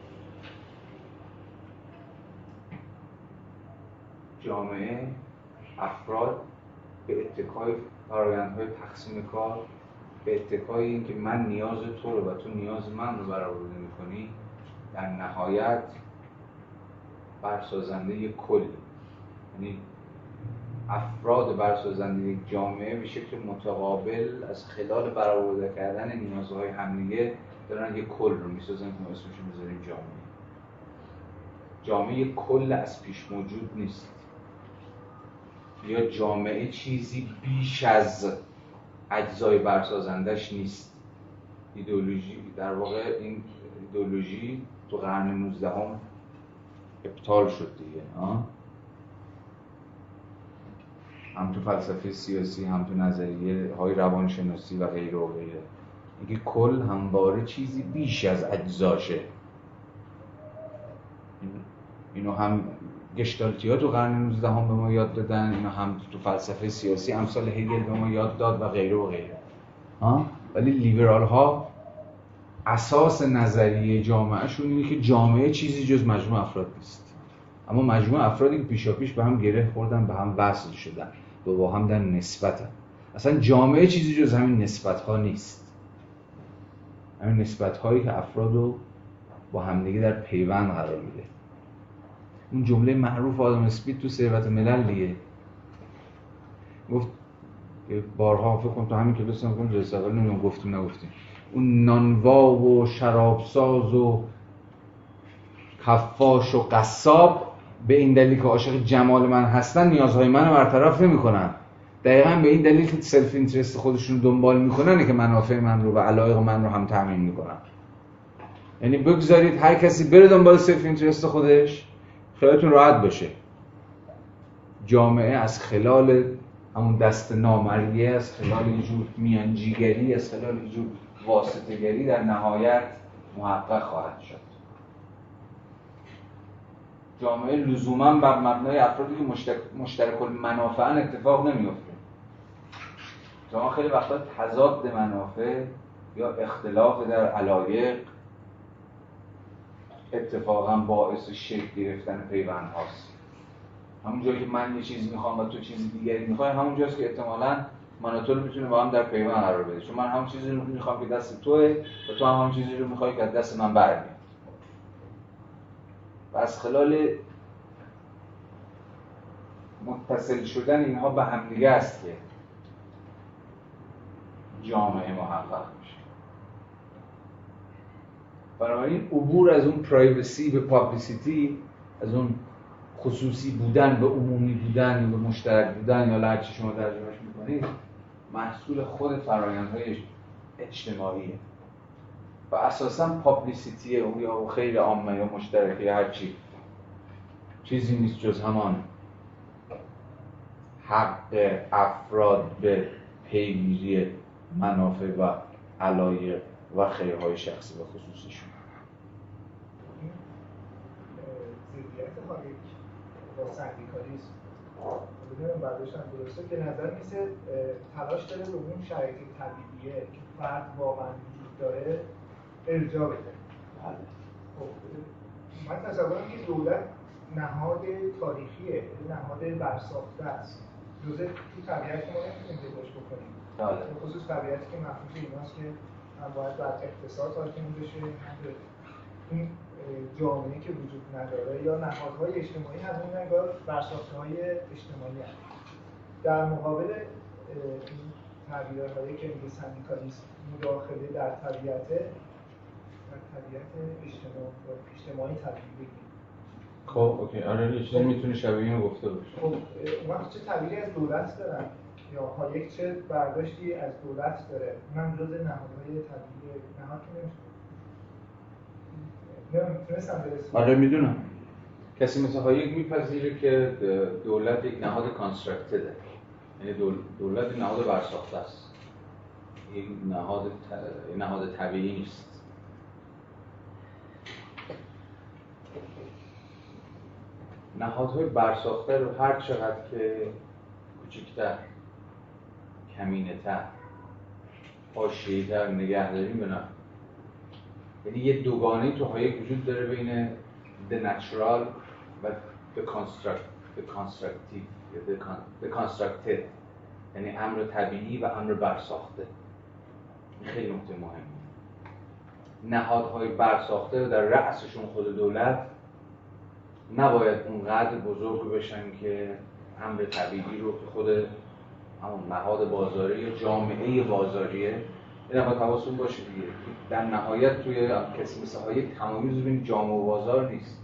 جامعه، افراد به اتکای فرآیندهای تقسیم کار، به اتکای این که من نیاز تو رو و تو نیاز من رو برآورده می‌کنی، در نهایت برسازنده یک کل، یعنی افراد برسازنده یک جامعه به شکل متقابل از خلال برآورده کردن نیازهای همدیگه دارن یک کل رو میسازن که ما اسمش رو میذاریم جامعه. جامعه یک کل از پیش موجود نیست، یا جامعه چیزی بیش از اجزای برسازندش نیست. ایدئولوژی در واقع این ایدئولوژی تو قرن نوزدهم ابطال شد دیگه، آه؟ هم تو فلسفه سیاسی، هم تو نظریه های روانشناسی و غیره و غیره. اینکه کل همواره چیزی بیش از اجزاشه. اینو هم گشتالتی‌ها تو قرن نوزدهم به ما یاد دادن، اینو هم تو فلسفه سیاسی امثال هگل به ما یاد داد و غیره و غیره. ها؟ ولی لیبرال ها اساس نظریه جامعهشون اینه که جامعه چیزی جز مجموع افراد نیست، اما مجموع افرادی که پیشاپیش به هم گره خوردن، به هم وصل شدن و با هم در نسبتن. اصلا جامعه چیزی جز همین نسبت‌ها نیست، همین نسبت‌هایی که افرادو با همدیگه در پیوند قرار میده. اون جمله معروف آدم اسمیت تو ثروت ملل دیگه گفت که بارها فکر کنم تو همین کلاس هم کنم جلسه اول نمیدونم گفتیم نگفتیم، اون نانوا و شرابساز و کفاش و قصاب به این دلیل که عاشق جمال من هستن نیازهای من رو برطرف نمی‌کنن. دقیقاً به این دلیل که سلف اینترست خودشون دنبال می‌کنن که منافع من رو و علایق من رو هم تامین می‌کنن. یعنی بگذارید هر کسی بره دنبال سلف اینترست خودش، خیالتون راحت باشه. جامعه از خلال همون دست نامرئی، از خلال اینجور میانجیگری، از خلال اینجور واسطه‌گری در نهایت محقق خواهد شد. جامعه لزوماً بر مبنای افرادی که مشترک مشترک المنافعن اتفاق نمیفته. جامعه خیلی وقتا تضاد منافع یا اختلاف در علایق اتفاقاً باعث شکل گرفتن پیوند هاست. همون جایی که من یه چیزی میخوام و تو چیزی دیگری میخوای، همون جاست که احتمالاً من و تو میتونه با هم در پیوند قرار بده. چون من همون چیزی رو میخوام که دست توه و تو هم همون چیزی رو میخوای که دست من برمیاد. و از خلال متصل شدن اینها به همدیگه است که جامعه محقق میشه. بنابراین عبور از اون پرایوسی به پابلیسیتی، از اون خصوصی بودن به عمومی بودن یا به مشترک بودن یا هر چی شما ترجمهش میکنید، محصول خود فرآیندهای اجتماعیه و اساساً پابلیسیتیه اون یا خیلی عامه یا مشترکه یا هر چی چیزی نیست جز همان حق افراد به پیگیری منافع و علایق و خیرهای شخصی و خصوصیشون. ضدیت هایک با سندیکالیسم بدونم برداشتن درسته که نظر میسه تلاش داره به اون شرایط طبیعیه که فرد واقعا وجود داره ارجاع بده. خب من تصورم که دولت نهاد تاریخیه، نهاد برساخته است. جزء تو طبیعت ما نمیتونیم پیداش بکنیم. به خصوص طبیعتی که مخصوص ایناست که هم باید بر اقتصاد حاکم بشه، هم به این جامعه که وجود نداره یا نهادهای اجتماعی هم اون انگار برساخته‌های اجتماعی هست. در مقابل این تعبیرهایی که میگه سندیکالیسم مداخله در طبیعت در طبیعت اجتماع اجتماعی طبیعی بگیم. خب اوکی، آره یه چیزی میتونه شبیه اینو گفته باشه. خب اون چه تعبیری از دولت دارن یا هایک چه برداشتی از دولت داره؟ اونم جزء نهادهای طبیعی نهاد که نمیشه. نمیتونستم برسیم. آره میدونم. کسی مثل هایک میپذیره که دولت یک نهاد کانستراکتده، یعنی دولت نهاد برساخته است، یک نهاد ت... نهاد طبیعی نیست. نهادهای برساخته رو هر چقدر که کوچکتر، کمینه‌تر، حاشیه‌تر نگه داریم به نفع. یعنی یه دوگانه‌ای تو هایک وجود داره بین the natural و the construct the constructive یا the, con, the constructed، یعنی امر طبیعی و امر برساخته. این خیلی نکته مهمه. نهادهای برساخته در رأسشون خود دولت نباید اونقدر بزرگ بشن که امر طبیعی رو که خود همون نهاد بازاری یا جامعه بازاریه، این هم باید حواستون باشه دیگه. در نهایت توی کسی مثل هایک تمامی روز ببینید جامعه و بازار نیست.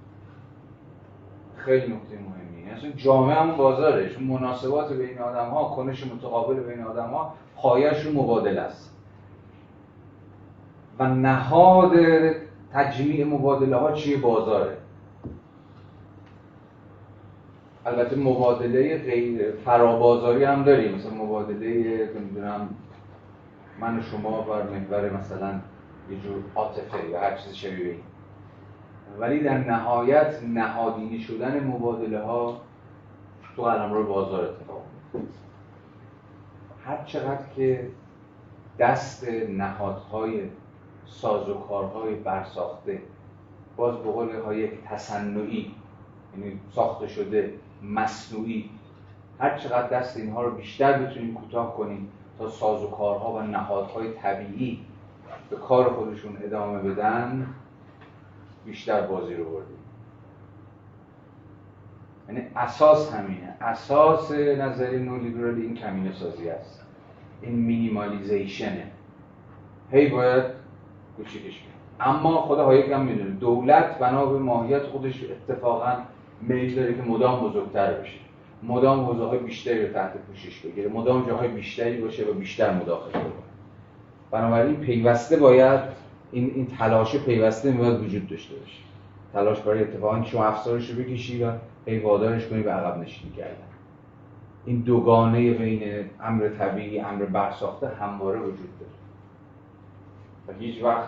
خیلی نکته مهمیه. اصلا جامعه هم بازاره، چون مناسبات بین آدم‌ها، کنش متقابل بین آدم‌ها پایه‌اش رو مبادله است. و نهاد تجمیع مبادله‌ها چیه؟ بازاره. البته مبادله غیر فرابازاری هم داریم، مثلا مبادله نمیدونم من و شما بر محور مثلا یه جور عاطفه یا هر چیز شبیه این. ولی در نهایت نهادینی شدن مبادله ها تو قلمرو بازار اتفاق میفته. هر چقدر که دست نهادهای سازوکارهای برساخته، باز به قول هایک تصنعی، یعنی ساخته شده، مصنوعی، هر چقدر دست اینها رو بیشتر بتونیم کوتاه کنیم تا سازوکارها و نهادهای طبیعی به کار خودشون ادامه بدن، بیشتر بازی رو بردیم. یعنی اساس همینه. اساس نظریه نولیبرالی این کمینه سازی است، این مینیمالیزیشنه. هی باید کوچیکش کنیم. اما خود هایک هم میدونه دولت بنا به ماهیت خودش اتفاقا میل داره که مدام بزرگتر بشه، مدام حوزه‌های بیشتری رو تحت پوشش بگیره، مدام جاهای بیشتری باشه و بیشتر مداخله کنه. بنابراین پیوسته باید این این تلاش پیوسته باید وجود داشته باشه. تلاش برای اتفاقا که شما افسارش رو بکشی و هی وادارش کنی به عقب نشینی کردن. این دوگانه بین امر طبیعی، امر برساخته همواره وجود داره و هیچ وقت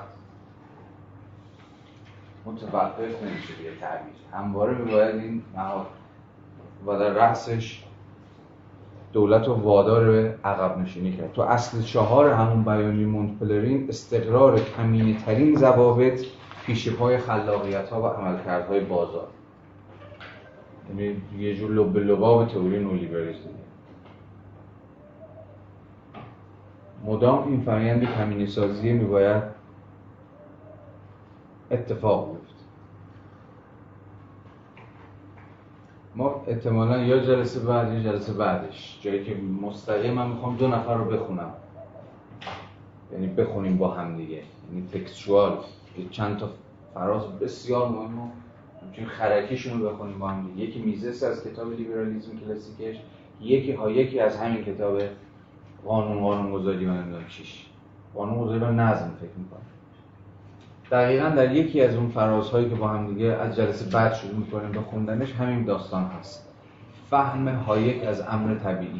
متوقف نمیشه به تعبیر. همواره باید این نهاد و در رأسش دولت رو وادار به عقب نشینی کرد. تو اصل چهار همون بیانیه مونتپلرین استقرار کمینه ترین ضوابط پیش پای خلاقیت ها و عملکردهای بازار، یعنی یه جور لب لباب تئوری نولیبرالیسم. مدام این فرآیند کمینه سازی میباید اتفاق بیفته. ما احتمالاً یا جلسه بعد یا جلسه بعدش، جایی که مستقیم من میخوام دو نفر رو بخونم، یعنی بخونیم با هم دیگه، یعنی تکستوال، چند تا فراز بسیار مهمه، همچنین خرکیشون رو بخونیم با هم دیگه. یکی میزس از کتاب لیبرالیسم کلاسیکش، یکی ها یکی از همین کتاب قانون قانون‌گذاری و نمیدونم چیش، قانون‌گذاری و نظم فکر میکنم. دقیقاً در یکی از اون فرازهایی که با هم دیگه از جلسه بعد شروع می‌کنیم به خوندنش همین داستان هست. فهم هایک از امر طبیعی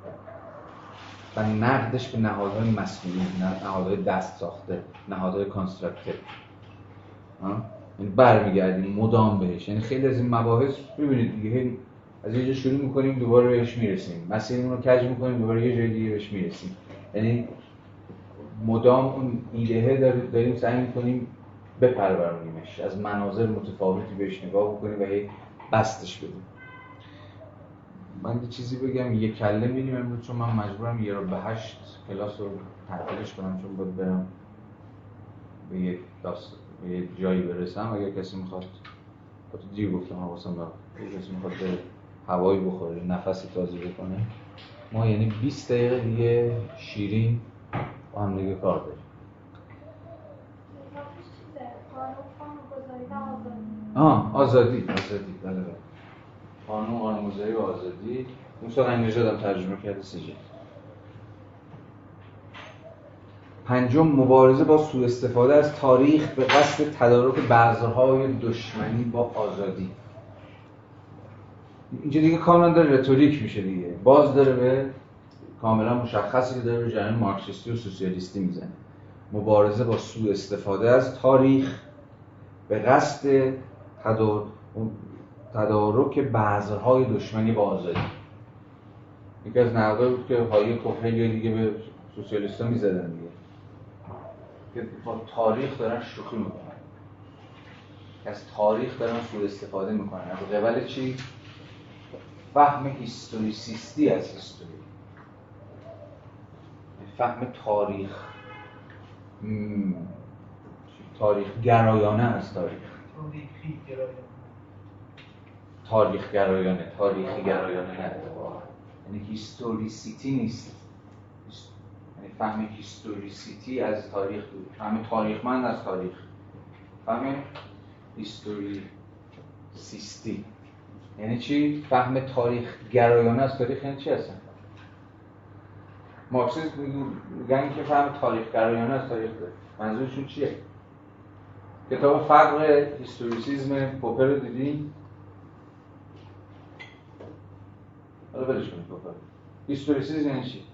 و نقدش به نهادهای مصنوعی، نهادهای دست ساخته، نهادهای کانستراکتیو. یعنی برمیگردیم مدام بهش. یعنی خیلی از این مباحث ببینید دیگه از یه جا شروع می‌کنیم دوباره بهش میرسیم، مسیرمون رو کج می‌کنیم دوباره یه جای دیگه بهش میرسیم. یعنی مدام اون ایدهه داریم سعی می‌کنیم بپرورونیمش، از مناظر متفاوتی بهش نگاه بکنیم و هی بستش بدیم. من یه چیزی بگم، یه کله می‌ریم امروز چون من مجبورم یه رو به هشت کلاس رو تعطیلش کنم چون باید برم به یه داست به یه جایی برسم. اگر کسی می‌خواد، تو دیر گفتم حواسم نبود، اگه کسی می‌خواد به هوایی بخوره، نفسی تازه بکنه، ما یعنی بیست دقیقه دیگه شیرین با هم دیگه کار داریم. آه آزادی آزادی بله بله قانون قانون‌گذاری و آزادی. موسی قنی‌نژاد هم ترجمه کرده سجل. پنجم، مبارزه با سوء استفاده از تاریخ به قصد تدارک بذرهای دشمنی با آزادی. اینجا دیگه کاملا داره رتوریک میشه دیگه، باز داره به کاملا مشخصی که داره به جریان مارکسیستی و سوسیالیستی میزنه. مبارزه با سوء استفاده از تاریخ به قصد تدارک بذرهای دشمنی با آزادی. یکی از نقدایی بود که هایک و خیلی دیگه به سوسیالیست‌ها میزدن دیگه، که با تاریخ دارن شوخی میکنن، از تاریخ دارن سوء استفاده میکنن. از قبل چی؟ فهم هیستوریسیستی از هیستوری، فهم تاریخ م... تاریخ گرایانه از تاریخ، تاریخی گرایانه، تاریخ گرایانه، تاریخی گرایانه نه، یعنی هیستوریسیتی نیست، یعنی فهم هیستوریسیتی از تاریخ، فهم تاریخمند از تاریخ، فهم هیستوریسیستی یعنی چی؟ فهم تاریخ گرایانه از تاریخ یعنی چی هستن؟ مارکسیسم میگن که فهم تاریخ گرایانه از تاریخ داره. منظورشون چیه؟ کتاب فقر هیستوریسیسم پوپر رو دیدین؟ حالا بلش کنید پوپر. هیستوریسیسم یعنی چی؟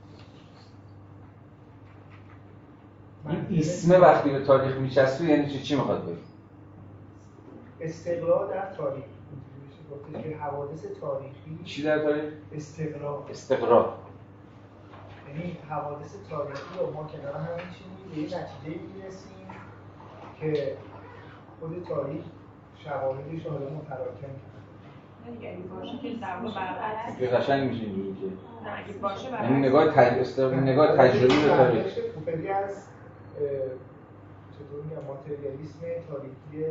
این اسم وقتی به تاریخ میچسبه یعنی چی؟ چی میخواد بگه؟ استقرا در تاریخ. گفتش که حوادث تاریخی چی در تاریخ؟ استقرا. استقرا یعنی حوادث تاریخی رو ما کنار هم می‌چینیم به یه نتیجه‌ای میرسیم که خود تاریخ شواهدش رو متراکم کرده. یعنی باشه که در واقع برعکس که قشنگ میشه اینجوری که نه اگه باشه برعکس یعنی نگاه تج... استقرا نگاه تجربی به تاریخ. پوپری از چطور میگم ماتریالیسم تاریخی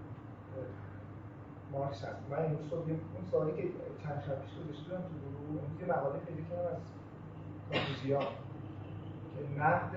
مارکس هست. من امروز صبح اون سوالی که چند شب پیش گذاشته بودم تو گروه، امروز یه مقاله پیدا کردم از کارتوزیان که نقد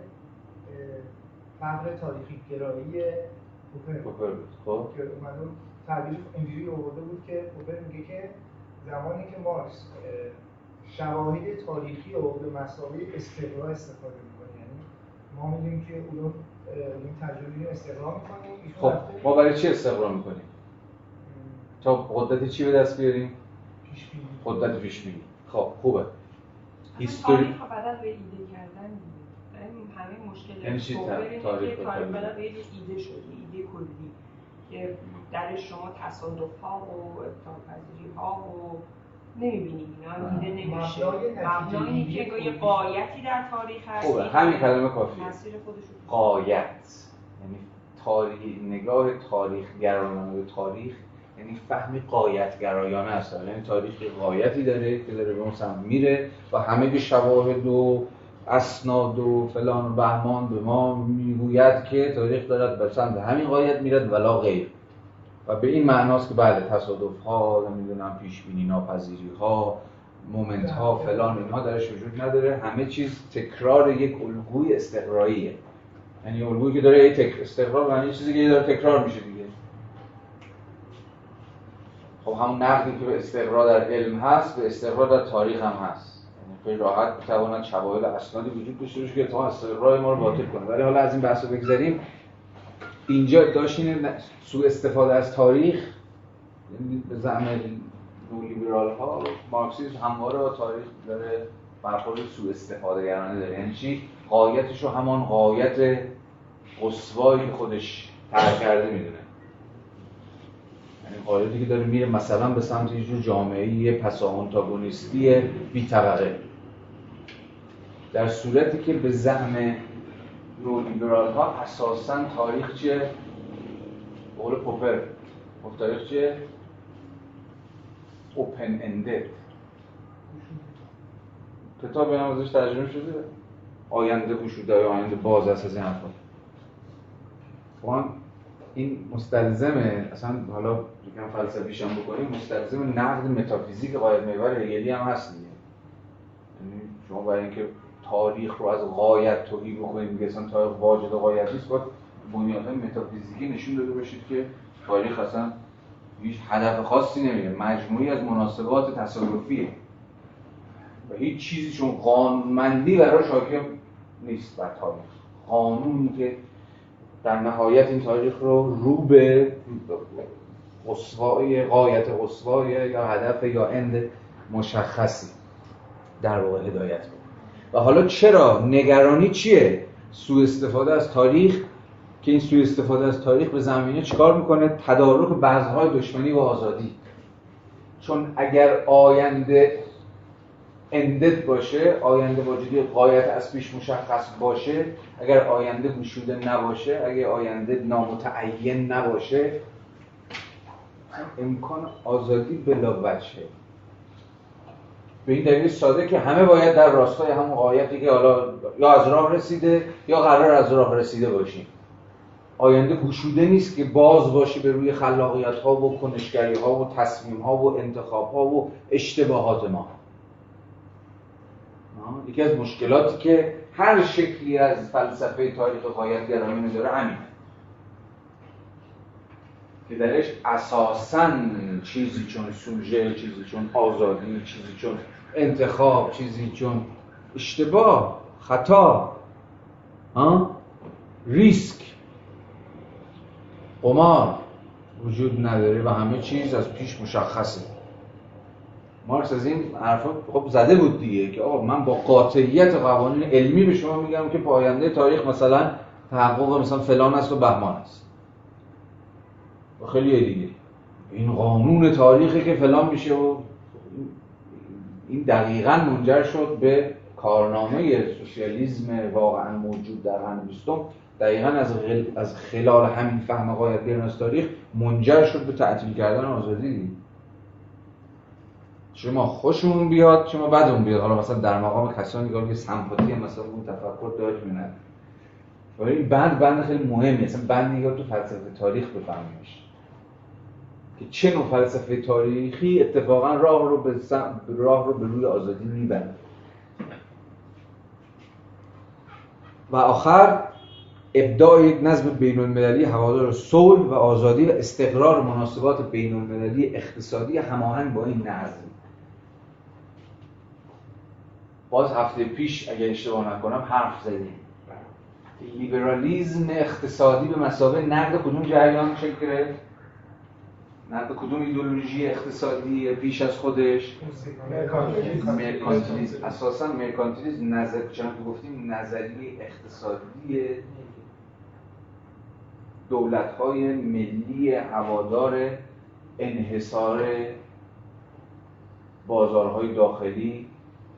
فقر تاریخی گرایی پوپر پوپر بود. خب که اومده تعبیر اینجوری آورده بود که پوپر میگه که زمانی که مارکس شواهد تاریخی رو به مثابه استقرا استفاده می‌کنه، یعنی ما می‌گیم که علوم علوم تجربی رو استقرا می‌کنیم. خب ما برای چی استقرا می‌کنیم؟ تا قدرت چی به دست بیاریم؟ پیش بینی. قدرت پیش بینی. خب خوبه. هیستوری تاریخ بدل به ایده کردن دیگه. این همه مشکل یعنی چی تاریخ تاریخ بدل به ایده شده، ایده کلی که درش شما تصادف‌ها و ابطال‌پذیری‌ها و نمی‌بینید، اینا دیده نمیشه. مبنای اینکه یه قایتی در تاریخ هست. خوبه همین کلمه کافیه. مسیر خودش قایت یعنی تاریخ، نگاه تاریخ گرایانه به تاریخ یعنی فهمی قایت گرایانه است. یعنی تاریخ قایتی داره که داره به اون سمت میره و همه شواهد و اسناد و فلان و بهمان به ما میگوید که تاریخ دارد به سمت همین قایت میرد ولا غیر. و به این معناست که بله تصادف ها، نمیدونم پیش بینی ناپذیری ها، مومنت ها فلان اینها درش وجود نداره، همه چیز تکرار یک الگوی استقراییه. یعنی الگویی که داره یک استقرار معنی چیزی که داره تکرار میشه دیگه. خب همون نقدی که به استقرار در علم هست به استقرار در تاریخ هم هست. یعنی خیلی راحت بتواند شواهد اسنادی وجود داشته باشه که اتفاقا استقرار ما رو باطل کنه. ولی حالا از این بحثو بگذریم. اینجا داشت اینه سوء استفاده از تاریخ، یعنی به زعم نولیبرال ها مارکسیسم همواره با تاریخ داره برخورد سوء استفاده گرانه داره. یعنی چی؟ غایتش رو همان غایت رسوایی خودش طرح کرده میدونه. یعنی غایتی که داره میره مثلا به سمت یه جور جامعه‌ای پسا آنتاگونیستی بی طبقه، در صورتی که به زعم نولیبرال ها اساساً تاریخ چیه؟ به قول پوپر تاریخ چیه؟ اوپن اندد. کتاب هم ازش ترجمه شده آینده گشوده یا آینده باز است از این حرفا. وان این مستلزمه اصلا حالا یکم فلسفیش هم بکنیم، مستلزم نقد متافیزیک غایت محور هگلی هم هست دیگه. یعنی شما برای اینکه تاریخ رو از غایت توهی بکنید میگه اصلا تاریخ واجد غایتی است، باید بنیادهای متافیزیکی نشون داده باشید که تاریخ اصلا هیچ هدف خاصی نمیره، مجموعی از مناسبات تصادفیه و هیچ چیزی چون قانونمندی براش حاکم نیست بر تاریخ. قانونی که در نهایت این تاریخ رو رو به رسوای غایت رسوای یا هدف یا اند مشخصی در واقع هدایت کنه. و حالا چرا نگرانی چیه؟ سوء استفاده از تاریخ، که این سوء استفاده از تاریخ به زمینه چیکار میکنه؟ تدارک بذرهای دشمنی و آزادی. چون اگر آینده اندد باشه، آینده واجدی غایت از پیش مشخص باشه، اگر آینده گشوده نباشه، اگر آینده نامتعین نباشه، امکان آزادی بلا وجهه. به این دلیل ساده که همه باید در راستای همون غایتی که حالا یا از راه رسیده یا قرار از راه رسیده باشیم. آینده گشوده نیست که باز باشه به روی خلاقیت‌ها و کنشگری‌ها و تصمیم‌ها و انتخاب‌ها و اشتباهات ما. یکی از مشکلاتی که هر شکلی از فلسفه تاریخ غایت گرایی داره همینه که درش اساساً چیزی چون سوژه، چیزی چون آزادی، چیزی چون انتخاب، چیزی چون اشتباه، خطا، ها؟ ریسک، قمار وجود نداره و همه چیز از پیش مشخصه. مارکس از این حرفا خب زده بود دیگه که آقا من با قاطعیت قوانین علمی به شما میگم که پاینده تاریخ مثلا تحقق مثلا فلان است و بهمان است و خیلی دیگه این قانون تاریخی که فلان میشه و این دقیقاً منجر شد به کارنامه سوسیالیسم واقعا موجود در قرن بیستم. دقیقاً از غل... از خلال همین فهم غایتگران از تاریخ منجر شد به تعطیل کردن آزادی. شما خوشمون بیاد، شما بدمون بیاد. حالا مثلا در مقام کسانی که یه سمپاتی مثلا اون تفکر دارید می‌بینن. ولی این بند بند خیلی مهمه، مثلا بندی که تو فلسفه تاریخ بفهمیش که چه نوع فلسفه تاریخی اتفاقا راه رو به سم... راه رو به روی آزادی میبره. و آخر ابداع یک نظم بین‌المللی هوادار صلح و آزادی و استقرار مناسبات بین‌المللی اقتصادی هماهنگ با این نظم. باز هفته پیش اگه اشتباه نکنم حرف زدیم لیبرالیسم اقتصادی به مثابه نقد کدوم جریان شکل گرفت؟ نقد کدوم ایدئولوژی اقتصادی پیش از خودش؟ مرکانتیلیسم. اساساً مرکانتیلیسم نظر چون که گفتیم نظریه اقتصادی دولت‌های ملی هوادار انحصار بازارهای داخلی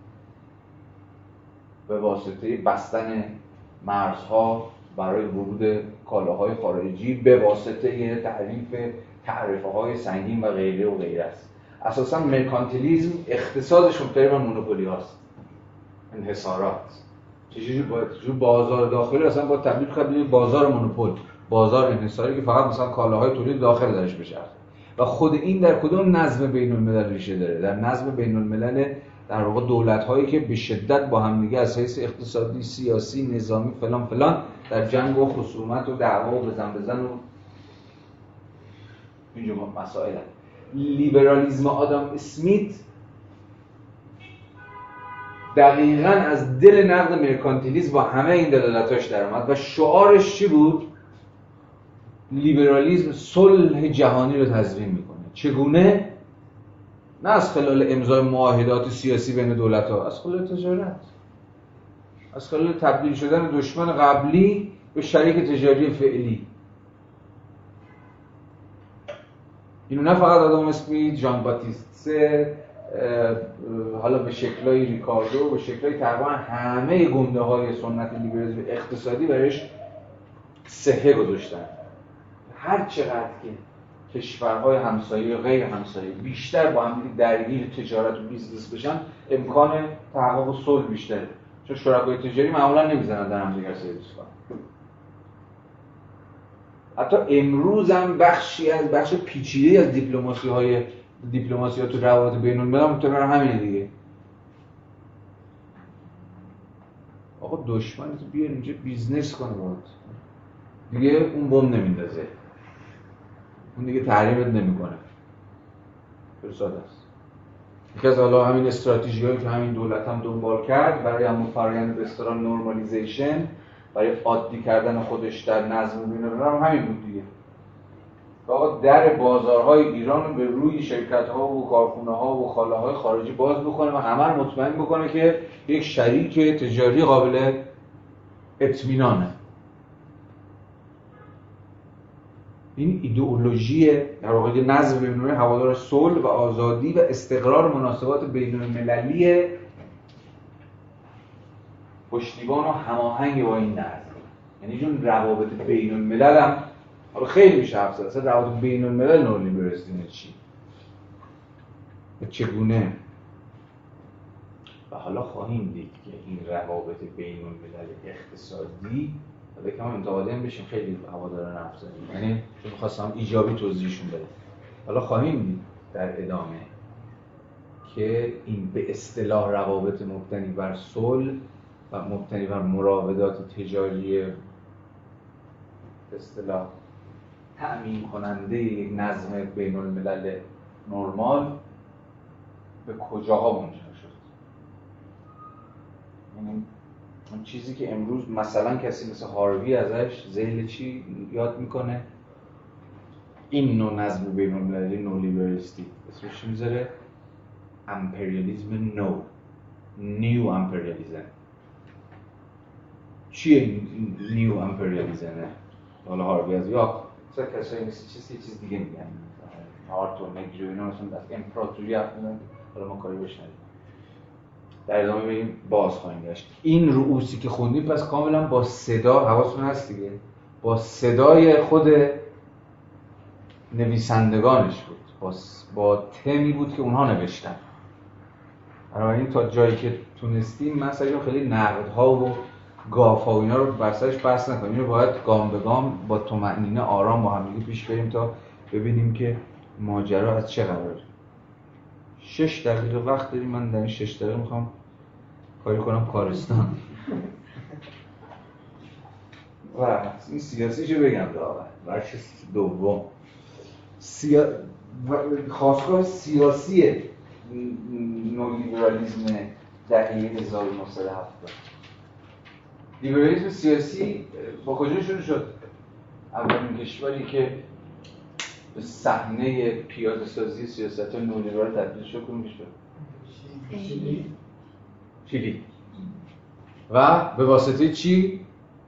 به واسطه بستن مرزها برای ورود کالاهای خارجی به واسطه تعریف تعرفه‌های سنگین و غیره و غیره است. اساساً مرکانتیلیسم اقتصادشون غیر مونوپولی هاست، انحصارات. چجوری باید چجوری بازار داخلی اصلا با تبدیل کنیم بازار مونوپول، بازار انحصاری که فقط مثلا کالاهای تولید داخل درش بشه. و خود این در کدوم نظم بین‌الملل ریشه داره؟ در نظم بین‌الملل در واقع دولت‌هایی که به شدت با هم دیگه از حیث اقتصادی، سیاسی، نظامی فلان فلان در جنگ و خصومت و دعوا و بزن بزن و اینجور مسائل هست. لیبرالیسم آدام اسمیت دقیقاً از دل نقد مرکانتیلیسم با همه این دلالتاش در اومد و شعارش چی بود؟ لیبرالیسم صلح جهانی رو تضمین میکنه. چگونه؟ نه از خلال امضای معاهدات سیاسی بین دولت‌ها، از خلال تجارت، از خلال تبدیل شدن دشمن قبلی به شریک تجاری فعلی. اینو نه فقط آدام اسمیت، ژان باتیست سه، حالا به شکلای ریکاردو، به شکلای تقریبا همه گنده‌های سنت لیبرالیسم اقتصادی برایش صحه گذاشتن. هر چقدر که کشورهای همسایه و غیر همسایه بیشتر با هم درگیر تجارت و بیزنس بشن، امکان تحقق صلح بیشتره. چون شرکای تجاری معمولا نمیزنن در هم دیگر سرویس کنن. حتی امروز هم بخشی از بخش پیچیده از دیپلماسی‌های دیپلماسی‌ها تو روابط بین‌الملل متمر همینه دیگه. آقا دشمنت بیار اینجا بیزنس کنه باهات. دیگه اون بم نمیندازه. اون دیگه تحریمت نمیکنه. فرساد است. یکی از حالا همین استراتژی‌هایی که همین دولت هم دنبال کرد برای همون فرآیند به اصطلاح نورمالیزیشن، برای عادی کردن خودش در نظم بین‌الملل همین بود دیگه. آقا در بازارهای ایران رو به روی شرکت‌ها و کارخونه‌ها و خاله‌های خارجی باز بکنه و همه رو مطمئن بکنه که یک شریک تجاری قابل اطمینانه. این ایدئولوژی در واقع نظم بین‌المللی هوادار صلح و آزادی و استقرار مناسبات بین‌المللی پشتیبان و هماهنگ با این نظم. یعنی چون روابط بین‌الملل هم حالا خیلی میشه حرف زد، اصلا روابط بین‌الملل نئولیبرالیسم چی؟ و چگونه؟ و حالا خواهیم دید که این روابط بین‌الملل اقتصادی و که ما متقاعدین بشیم خیلی هواداران حرف زدیم، یعنی چون خواستم ایجابی توضیحشون بدم. حالا خواهیم دید در ادامه که این به اصطلاح روابط مبتنی بر صلح و مبتنی بر مراودات تجاری به اصطلاح تأمین کننده یک نظم بین الملل نرمال به کجاها منجر شد. یعنی اون چیزی که امروز مثلا کسی مثل هاروی ازش ذیل چی یاد میکنه، این نوع نظم بین المللی نولیبرالیستی اسمش میذاره امپریالیسم نو، نیو امپریالیسم. چیه این نیو امپریالیسم؟ حالا هاروی از یا مثلا کسایی مثل چیزی چیز دیگه میگن، هارت و مگجو اینا مثلا از امپراتوری حرف میزنن، حالا ما کاری بهش نداریم. در ادامه ببینیم باز خواهیم گشت. این رؤوسی که خوندیم پس کاملا با صدا، حواستون هست دیگه، با صدای خود نویسندگانش بود، با با تمی بود که اونها نوشتن. بنابراین تا جایی که تونستیم من سعی خیلی نقدها و گافا و اینا رو بر سرش بحث نکنیم. اینو باید گام به گام با طمأنینه آرام با هم دیگه پیش بریم تا ببینیم که ماجرا از چه قراره. شش دقیقه وقت داریم. من در این شش دقیقه میخوام کاری کنم کارستان. و این سیاسیشو بگم داور. بخش دوم سیا... خواستگاه سیاسی نولیبرالیسم دهه هزار و نهصد و هفتاد. لیبرالیسم سیاسی با کجا شروع شد؟ اولین کشوری که به صحنه پیاده سازی سیاست نولیبرال تبدیل شد کدوم کشور؟ چیلی. چیلی. و به واسطه چی؟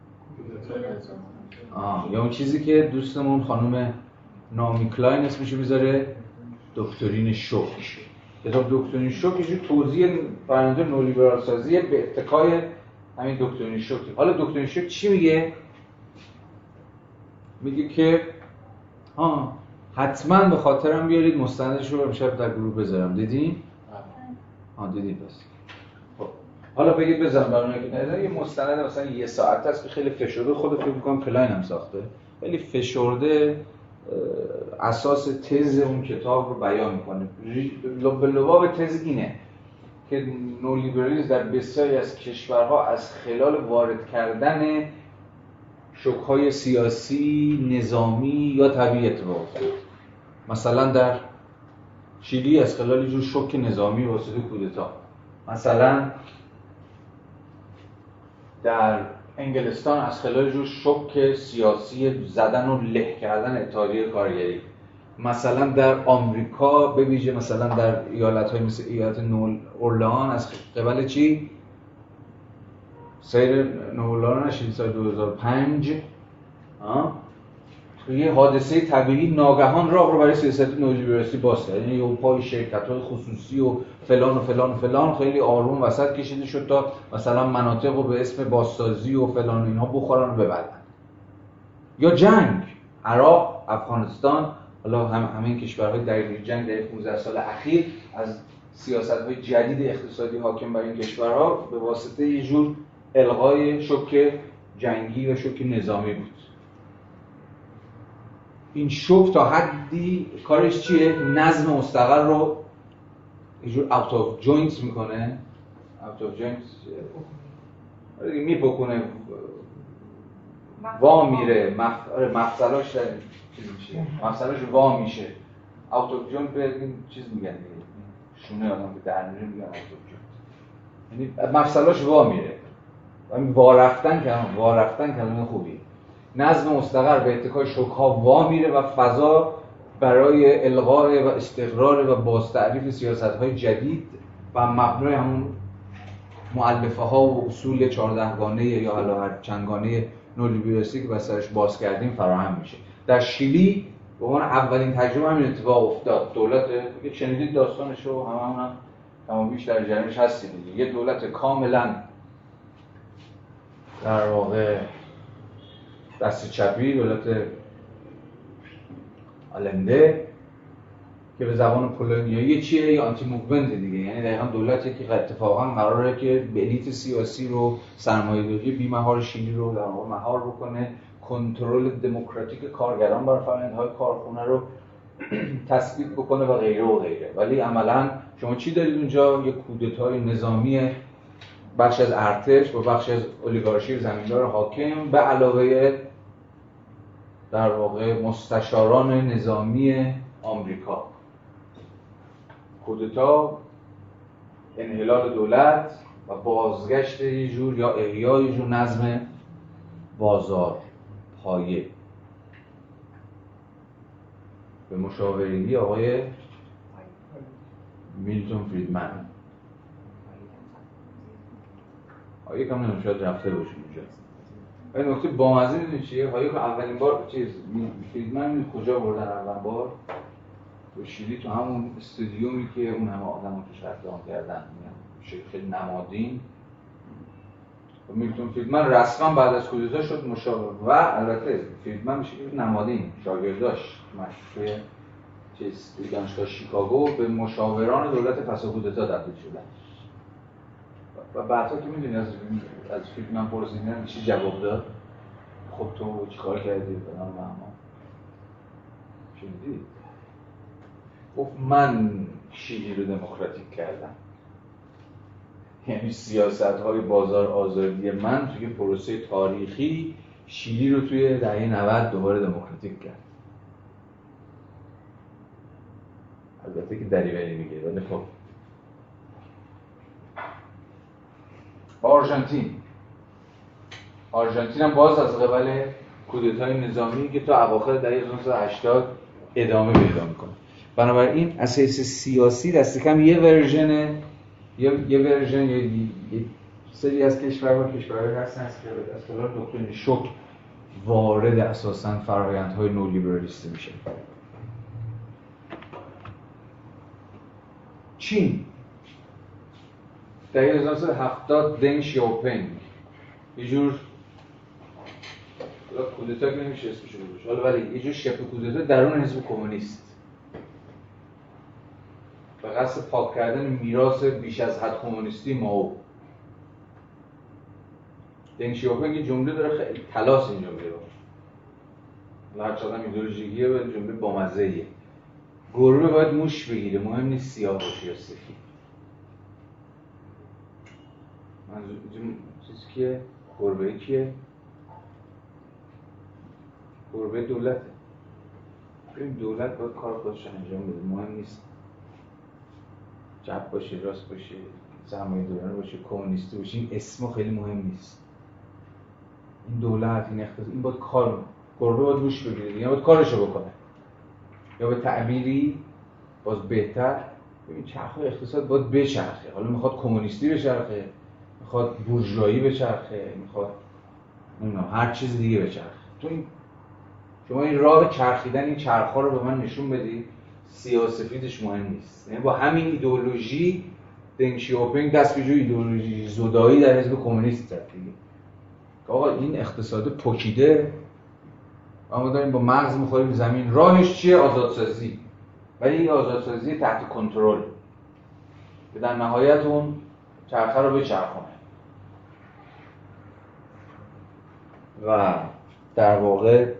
آه، یا اون چیزی که دوستمون خانم نامی کلاین اسمشو میذاره دکترین شوک. کتاب دکترین شوک یه توضیح فرآیند نولیبرال سازی به اتکای همین دکترین شوک. حالا دکترین شوک چی میگه؟ میگه که ها حتما به خاطرم بیارید مستندش رو امشب در گروه بذارم. دیدین؟ ها دیدین بس. خب حالا بگید بذارم برای اونایی که ندیدن. یه مستند مثلا یه ساعت است که خیلی فشرده، خود فکر می‌کنم کلاین هم ساخته. خیلی فشرده اساس تز اون کتاب رو بیان می‌کنه. به لباب تز اینه که نولیبرالیسم در بسیاری از کشورها از خلال وارد کردن شوک‌های سیاسی، نظامی یا طبیعی اتفاق افتاد. مثلا در چیلی از خلال یه جور شوک نظامی واسطه کودتا. مثلا در انگلستان از خلال یه جور شوک سیاسی زدن و له کردن اتحادیه کارگری. مثلا در آمریکا به ویژه مثلا در ایالت‌های مثل ایالت نو اورلان از قبل چی؟ سیر نوولان نشید سال دو هزار و پنج توی حادثه طبیعی ناگهان راه رو برای سیاست نولیبرالیستی باز کرد. یعنی اون پای شرکت‌های خصوصی و فلان و فلان و فلان خیلی آروم وسط کشیده شد تا مثلا مناطق رو به اسم بازسازی و فلان و اینها بخورن و ببرن. یا جنگ، عراق، افغانستان، حالا هم همین کشورهای درگیر جنگ در پانزده سال اخیر از سیاست‌های جدید اقتصادی حاکم بر این کشورها به واسطه یه جور الغای شوک جنگی و شوک نظامی بود. این شوک تا حدی کارش چیه؟ نظم مستقر رو یه جور اوت آف جوینت میکنه. اوت آف جوینت میپکنه، وا میره، مفصلاش در چیز میشه، مفصلاش وا میشه. اوت آف جوینت به این چیز میگن شونه آدم که در میره میگن یعنی مفصلاش وا میره. وا رفتن کلمه وا رفتن کلمه خوبیه. نظم مستقر به اتکای شوک‌ها وا میره و فضا برای الغاء و استقرار و بازتعریف سیاست‌های جدید و مبنای همون مؤلفه ها و اصول چهاردهگانه یا حالا هر چندگانه نولیبرالیستی که بر سرش باز کردیم فراهم میشه. در شیلی به عنوان اولین تجربه همین اتفاق افتاد. دولت که شنیدید داستانش رو همه هم, هم تمام بیش در جریانش هستید دیگه. یه دولت کاملا در واقع دست چپی، دولت آلنده که به زبان پولونیایی چیه؟ یا آنتی موومنت دیگه، یعنی دقیقاً دولتی که اتفاقاً قراره که بلیت سیاسی رو، سرمایه‌داری بی‌مهار شیلی رو در واقع مهار بکنه، کنترل دموکراتیک کارگران بر فرآیندهای کارخونه رو تثبیت بکنه و غیره و غیره. ولی عملاً شما چی دارید اونجا؟ یک کودتای نظامی بخش از ارتش و بخش از اولیگارشی زمیندار حاکم به علاوه در واقع مستشاران نظامی آمریکا. کودتا، انحلال دولت و بازگشت یه جور یا احیای یه جور نظم بازار پایه به مشاورگی آقای میلتون فریدمن. آقای کم نمیم شاید رفته باشیم اونجا. این نکته بامزه میدونی چیه؟ هایی که اولین بار چیز فریدمن کجا بردن اولین بار؟ تو شیلی، تو همون استودیومی که اون همه آدم رو توش اقدام کردن، شکل نمادین. و میلتون فریدمن رسما بعد از کودتا شد مشاور و البته فریدمن میشه که نمادین شاگرداش مشروع چیز توی دانشگاه شیکاگو به مشاوران دولت پس از کودتا تبدیل شدن. و بعدها که میدونی از از فریدمن پرسیدن چی جواب داد؟ خب تو چیکار کردی؟ فلان و اما شنیدی؟ گفت من شیلی رو دموکراتیک کردم. یعنی سیاست‌های بازار آزادی من توی پروسه تاریخی شیلی رو توی دهه نود دوباره دموکراتیک کرد. البته که دریوری میگه ولی خب. آرژانتین آرژانتین هم باز از قبل کودتای نظامی که تا اواخر دهه هزار و نهصد و هشتاد ادامه پیدا میکنه. بنابراین اساس سیاسی دست کم یه ورژن یه یه ورژن یه, یه سری از کشورها کشورهایی هستن که به اصطلاح دکترین شوک وارد اساساً فرآیندهای نولیبرالیستی میشه. چین دهه هزار و نهصد و هفتاد دنگ شیائوپینگ یه جور کودتا که نمیشه اسمش رو بگوش، حالا ولی یه جور شبه کودتا درون حزب کمونیست به قصد پاک کردن میراث بیش از حد کمونیستی ماو. دنگ شیائوپینگ یه جمله داره خیلی طلاس این جمله رو، هر چقدر ایدئولوژیکیه و جمله بامزه‌ایه. گربه باید موش بگیره، مهم نیست سیاه باشه یا سفید. منظور چیز کیه؟ گربه کیه؟ گربه دولته. این دولت باید کار خودش انجام بده، مهم نیست چپ باشه، راست باشه، سرمایه‌دارانه باشه، کمونیستی باشه، این اسم خیلی مهم نیست. این دولت، این اقتصاد، این باید کار، گربه باید گوش بگیره، یا باید کارشو بکنه. یا به تعبیری باز بهتر، ببین چرخه اقتصاد باید بچرخه. حالا میخواد کمونیستی بچرخه، میخواد بورژوایی بچرخه، میخواد نمیدونم هر چیز دیگه بچرخه. تو این شما این راه چرخیدن این چرخ‌ها رو به من نشون بدید، سیاه‌سفیدش مهم نیست. یعنی با همین ایدئولوژی دنگ شیائوپینگ دست به جوی ایدئولوژی زدایی در حزب کمونیست زد دیگه. آقا این اقتصاد پوکیده، ما داریم با مغز می‌خوریم زمین. راهش چیه؟ آزادسازی. ولی این آزادسازی تحت کنترل که در نهایت اون چرخه رو بچرخونه و در واقع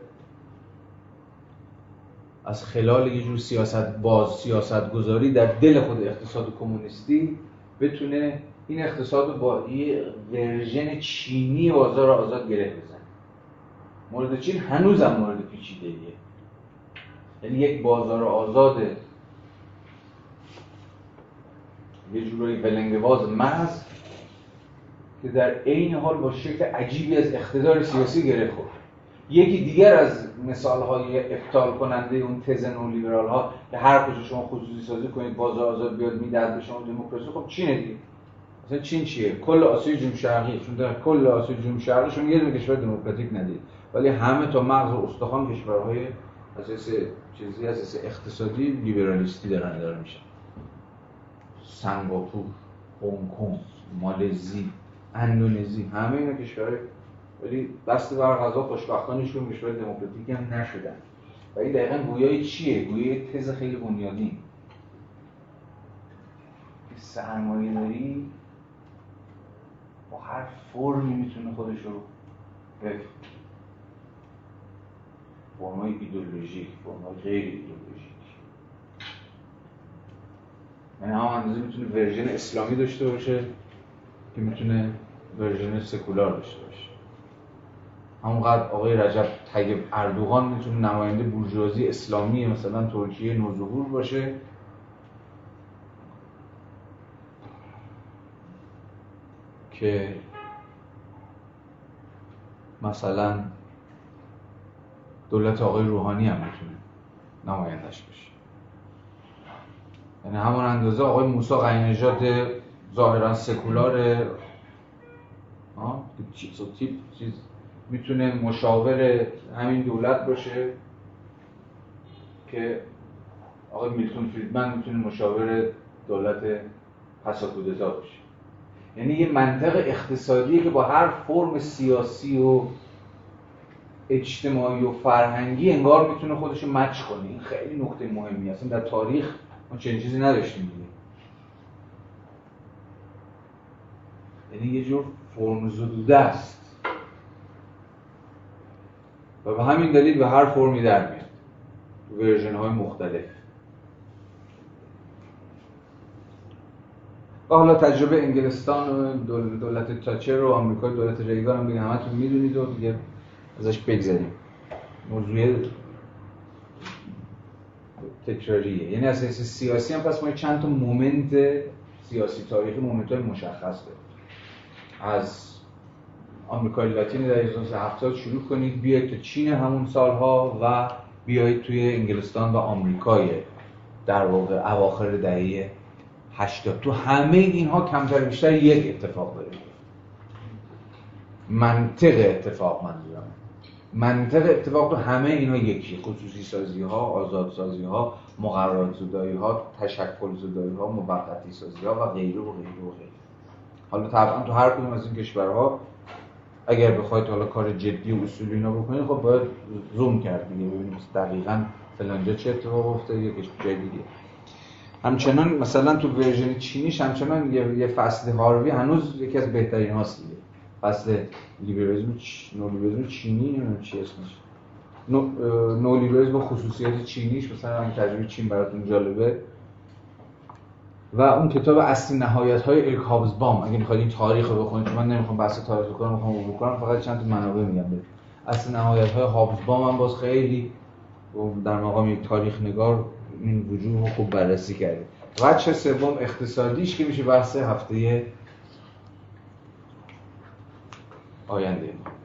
از خلال یه جور سیاست باز سیاست گذاری در دل خود اقتصاد کمونیستی بتونه این اقتصاد رو با یه ورژن چینی بازار آزاد گره بزنه. مورد چین هنوز هم مورد پیچیده‌ایه. یعنی یک بازار آزاد یه جورایی ولنگواز محض که در عین حال با شکل عجیبی از اقتدار سیاسی گره خورد. یکی دیگر از مثال‌های ابطال کننده اون تز نولیبرال ها که هر کجا شما خصوصی سازی کنید بازار آزاد بیاد میدهد به شما دموکراسی، خب چینه دیگه. مثلا چین چیه؟ کل آسیای جنوب شرقی، چون در کل آسیای جنوب شرقی شما یه دونه کشور دموکراتیک ندید، ولی همه تا مغز و استخوان کشورهای اساس چیزی اساس اقتصادی لیبرالیستی دارن اداره میشن. سنگاپور، هنگ کنگ، مالزی، اندونزی، همه اینا کشورهای، ولی بسته بر قضا خوشبختانه هیچکدوم کشور دموکراتیک هم نشدن. و این دقیقاً گویای چیه؟ گویای تز خیلی بنیادی که سرمایه‌داری با هر فرمی میتونه خودش رو بفرمه. فرمای ایدئولوژیک، فرمای غیر ایدئولوژیک. یعنی هم اندازه میتونه ورژن اسلامی داشته باشه که میتونه ورژن سکولار داشته باشه. همونقدر آقای رجب طیب اردوغان میتونه نماینده بورژوازی اسلامی مثلا ترکیه نوظهور باشه که مثلا دولت آقای روحانی هم میتونه نمایندش بشه. یعنی همون اندازه آقای موسی قاین‌نژاد ظاهرا سکولار ها چیز تیپ چیز میتونه مشاور همین دولت باشه که آقای میلتون فریدمن میتونه مشاور دولت پسا کودتا باشه. یعنی یه منطق اقتصادیه که با هر فرم سیاسی و اجتماعی و فرهنگی انگار میتونه خودشو مچ کنه. این خیلی نکته مهمی است. در تاریخ ما چنین چیزی نداشتیم دیگه. یعنی یه جور فرم زدوده است و به همین دلیل به هر فرمی در میاد، ورژن های مختلف. و حالا تجربه انگلستان و دولت تاچر و آمریکای دولت ریگان هم دیگه همتون میدونید و دیگه ازش بگذاریم. موضوع تکراریه. یعنی اساس سیاسی هم پس ما چند تا مومنت سیاسی تاریخی، مومنت های مشخص داریم. از آمریکای لاتین در هزار و نهصد و هفتاد شروع کنید بیاید تا چین همون سالها و بیایید توی انگلستان و آمریکای در واقع اواخر دهه هشتاد. تو همه اینها کمتر بیشتر یک اتفاق داره. منطق اتفاق منظورم. منطق اتفاق تو همه اینها یکی. خصوصی سازی ها، آزاد سازی ها، مقررات زدایی ها، تشکل زدایی ها، موقتی سازی ها و غیره و غیره و غیره. حالا طبعا تو هر کدوم از این کشورها اگر بخواید حالا کار جدی و اصولی اینا بکنید خب باید زوم کرد دیگه ببینید دقیقاً فلانجا چه اتفاق افتاده یا جای دیگه. همچنان مثلا تو ورژن چینیش همچنان یه, یه فصل هاروی هنوز یکی از بهترین هاست دیگه. فصل لیبرالیسم چ... نولیبرالیسم چینی نمیدونم چی اسمش. نو نولیبرالیسم با خصوصیات چینیش مثلا همین تجربه چین براتون جالبه. و اون کتاب اصلی نهایت‌های اریک هابسبام اگه می‌خواید این تاریخ رو بخونید، چون من نمی‌خوام بحث تاریخ کنم، می‌خوام عبور کنم، فقط چند تا منابع میگم بهتون. اصلی نهایت‌های هابسبام هم باز خیلی در مقام یک تاریخ نگار این وجوه رو خوب بررسی کرده. وجه سوم اقتصادیش که میشه بحث هفته آینده.